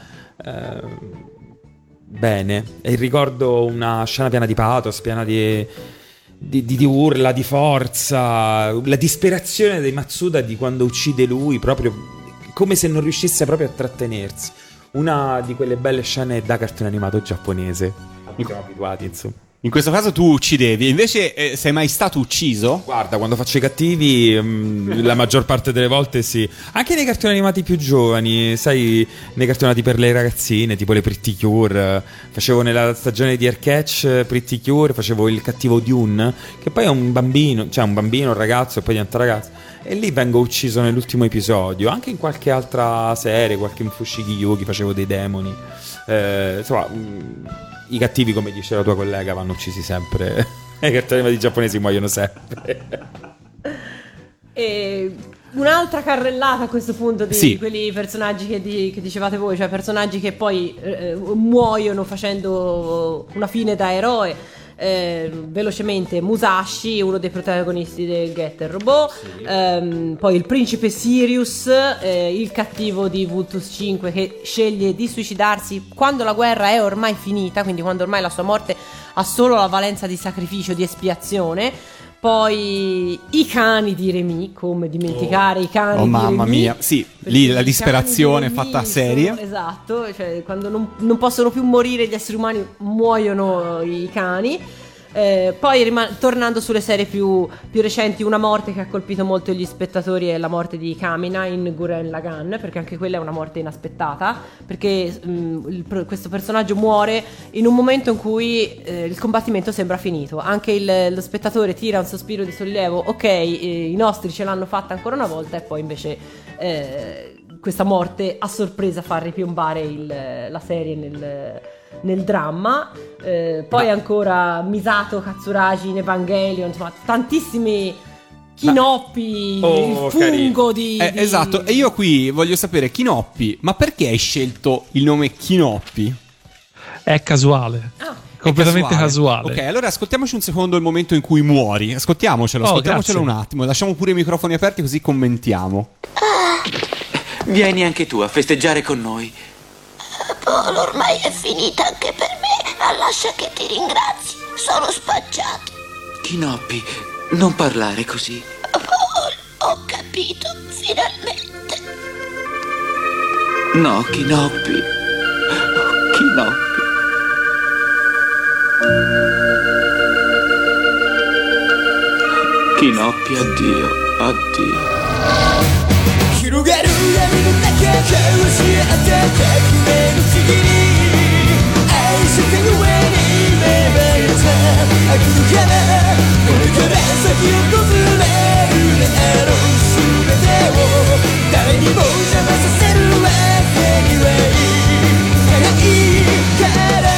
bene, e ricordo una scena piena di pathos, piena di urla, di forza, la disperazione di Matsuda di quando uccide lui, proprio come se non riuscisse proprio a trattenersi. Una di quelle belle scene da cartone animato giapponese, siamo abituati, insomma. In questo caso tu uccidevi, invece sei mai stato ucciso? Guarda, quando faccio i cattivi, la maggior parte delle volte sì. Anche nei cartoni animati più giovani, sai, nei cartoni animati per le ragazzine, tipo le Pretty Cure. Facevo nella stagione di Air Catch Pretty Cure, facevo il cattivo Dune, che poi è un bambino, un ragazzo e poi diventa ragazzo. E lì vengo ucciso nell'ultimo episodio. Anche in qualche altra serie, qualche Fushigi Yugi, facevo dei demoni. Insomma, i cattivi, come dice la tua collega, vanno uccisi sempre. I cartoni animati giapponesi muoiono sempre. E un'altra carrellata a questo punto di sì. Quelli personaggi che dicevate voi, cioè personaggi che poi muoiono facendo una fine da eroe. Velocemente Musashi, uno dei protagonisti del Getter Robot, sì. Poi il principe Sirius, il cattivo di Vultus 5, che sceglie di suicidarsi quando la guerra è ormai finita, quindi quando ormai la sua morte ha solo la valenza di sacrificio, di espiazione. Poi i cani di Remy, come dimenticare i cani di Remy. Oh mamma mia, sì, lì la disperazione fatta seria. Esatto, cioè quando non possono più morire gli esseri umani, muoiono i cani. Poi tornando sulle serie più recenti, una morte che ha colpito molto gli spettatori è la morte di Kamina in Gurren Lagann, perché anche quella è una morte inaspettata, perché questo personaggio muore in un momento in cui il combattimento sembra finito. Anche lo spettatore tira un sospiro di sollievo, ok, i nostri ce l'hanno fatta ancora una volta, e poi invece questa morte a sorpresa fa ripiombare la serie nel dramma. Poi ancora Misato Katsuragi in Evangelion, insomma tantissimi Kinoppi, il fungo di esatto. E io qui voglio sapere, Kinoppi, ma perché hai scelto il nome Kinoppi? È casuale. Completamente casuale. Ok, allora ascoltiamoci un secondo il momento in cui muori. Ascoltiamocelo grazie. Un attimo. Lasciamo pure i microfoni aperti così commentiamo. Vieni anche tu a festeggiare con noi. Paul, ormai è finita anche per me. Lascia che ti ringrazi. Sono spacciato. Kinoppi, non parlare così. Paul, ho capito, finalmente. No, Kinoppi. Kinoppi. Kinoppi, addio, addio. 広がる闇の中交わし合った革命の次に愛したゆえに芽生えた悪の花これから先を訪れるであろう全てを誰にも邪魔させるわけにはいかないから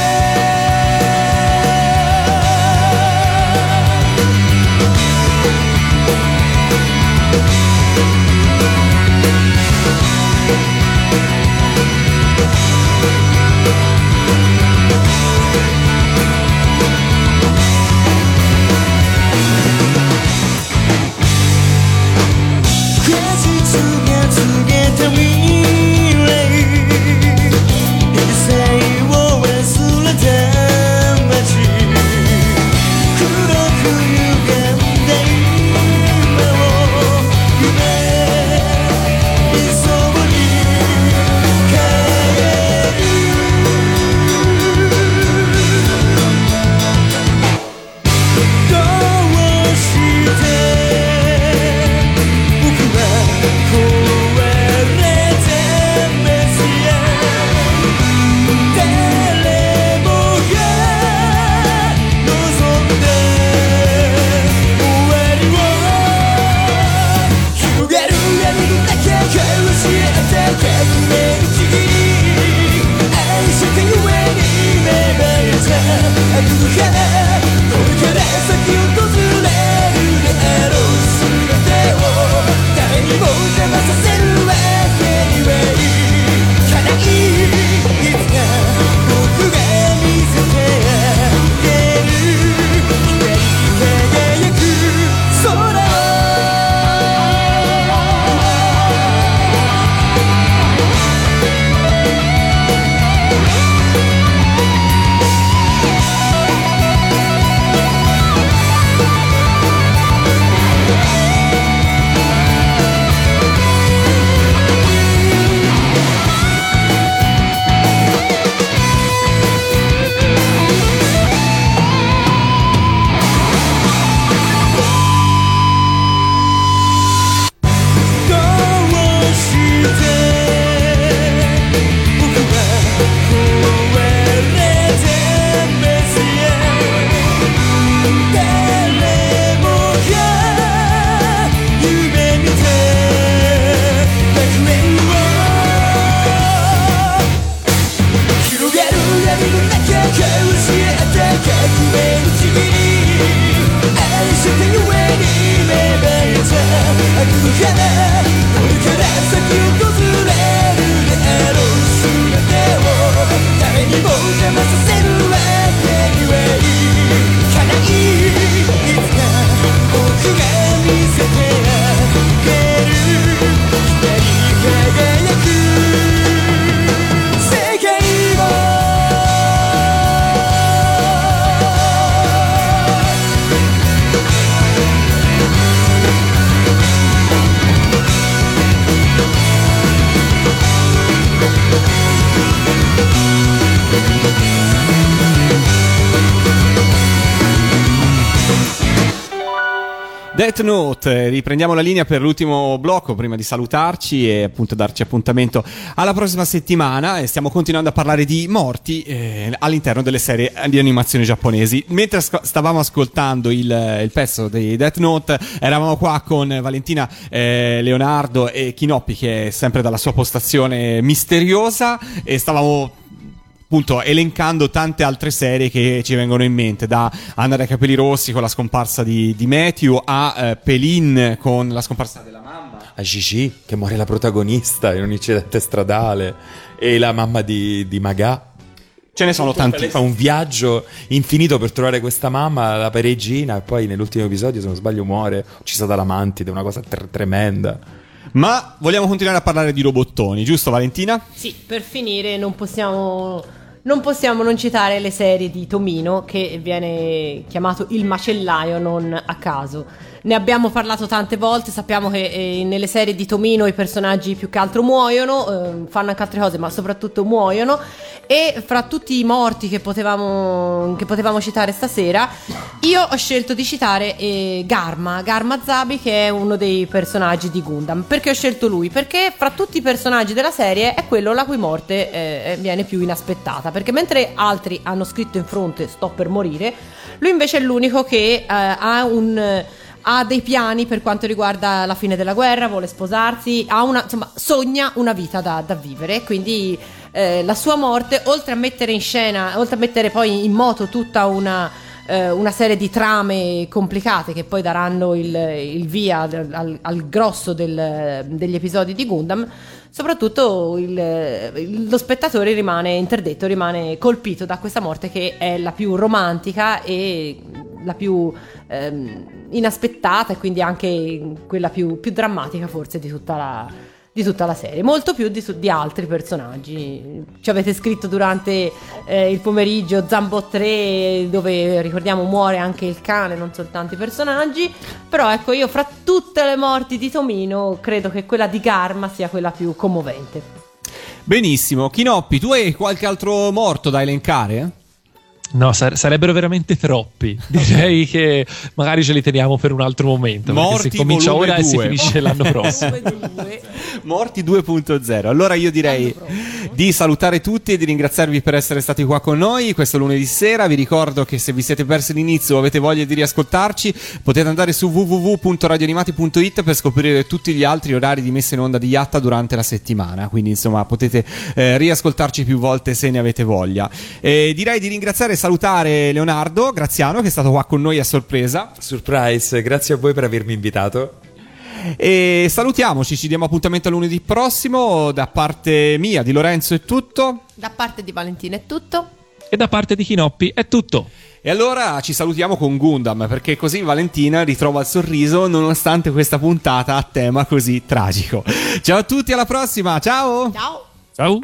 Death Note, riprendiamo la linea per l'ultimo blocco prima di salutarci e appunto darci appuntamento alla prossima settimana. E stiamo continuando a parlare di morti all'interno delle serie di animazione giapponesi. Mentre stavamo ascoltando il pezzo di Death Note, eravamo qua con Valentina, Leonardo e Kinoppi, che è sempre dalla sua postazione misteriosa, e stavamo appunto elencando tante altre serie che ci vengono in mente, da Anna dai capelli rossi con la scomparsa di Matthew a Pelin con la scomparsa della mamma, a Gigi che muore la protagonista in un incidente stradale, e la mamma di Maga. Ce ne sono tanti. Lei fa un viaggio infinito per trovare questa mamma, la parigina, e poi nell'ultimo episodio, se non sbaglio, muore uccisa dalla mantide, una cosa tremenda. Ma vogliamo continuare a parlare di robottoni, giusto Valentina? Sì, per finire non possiamo non citare le serie di Tomino, che viene chiamato il macellaio non a caso. Ne abbiamo parlato tante volte, sappiamo che nelle serie di Tomino i personaggi più che altro muoiono, fanno anche altre cose ma soprattutto muoiono, e fra tutti i morti che potevamo citare stasera io ho scelto di citare Garma Zabi, che è uno dei personaggi di Gundam. Perché ho scelto lui? Perché fra tutti i personaggi della serie è quello la cui morte viene più inaspettata, perché mentre altri hanno scritto in fronte sto per morire, lui invece è l'unico che ha dei piani per quanto riguarda la fine della guerra, vuole sposarsi, sogna una vita da vivere. Quindi la sua morte, oltre a mettere in scena, oltre a mettere poi in moto tutta una serie di trame complicate che poi daranno il via al grosso degli episodi di Gundam, soprattutto lo spettatore rimane interdetto, rimane colpito da questa morte, che è la più romantica e la più inaspettata, e quindi anche quella più drammatica forse di tutta la serie, molto più di altri personaggi. Ci avete scritto durante il pomeriggio Zambot 3, dove ricordiamo muore anche il cane, non soltanto i personaggi. Però ecco, io fra tutte le morti di Tomino credo che quella di Garma sia quella più commovente. Benissimo. Kinoppi, tu hai qualche altro morto da elencare? No, sarebbero veramente troppi. Direi che magari ce li teniamo per un altro momento. Morti si comincia ora 2. e si finisce l'anno prossimo. Morti 2.0. Allora io direi di salutare tutti e di ringraziarvi per essere stati qua con noi questo lunedì sera. Vi ricordo che se vi siete persi l'inizio o avete voglia di riascoltarci, potete andare su www.radioanimati.it per scoprire tutti gli altri orari di messa in onda di Yatta durante la settimana. Quindi insomma potete riascoltarci più volte se ne avete voglia. Direi di ringraziare e salutare Leonardo Graziano, che è stato qua con noi a sorpresa. Surprise, grazie a voi per avermi invitato. E salutiamoci, ci diamo appuntamento a lunedì prossimo. Da parte mia, di Lorenzo, è tutto. Da parte di Valentina è tutto. E da parte di Kinoppi è tutto. E allora ci salutiamo con Gundam, perché così Valentina ritrova il sorriso nonostante questa puntata a tema così tragico. Ciao a tutti, alla prossima, ciao. Ciao.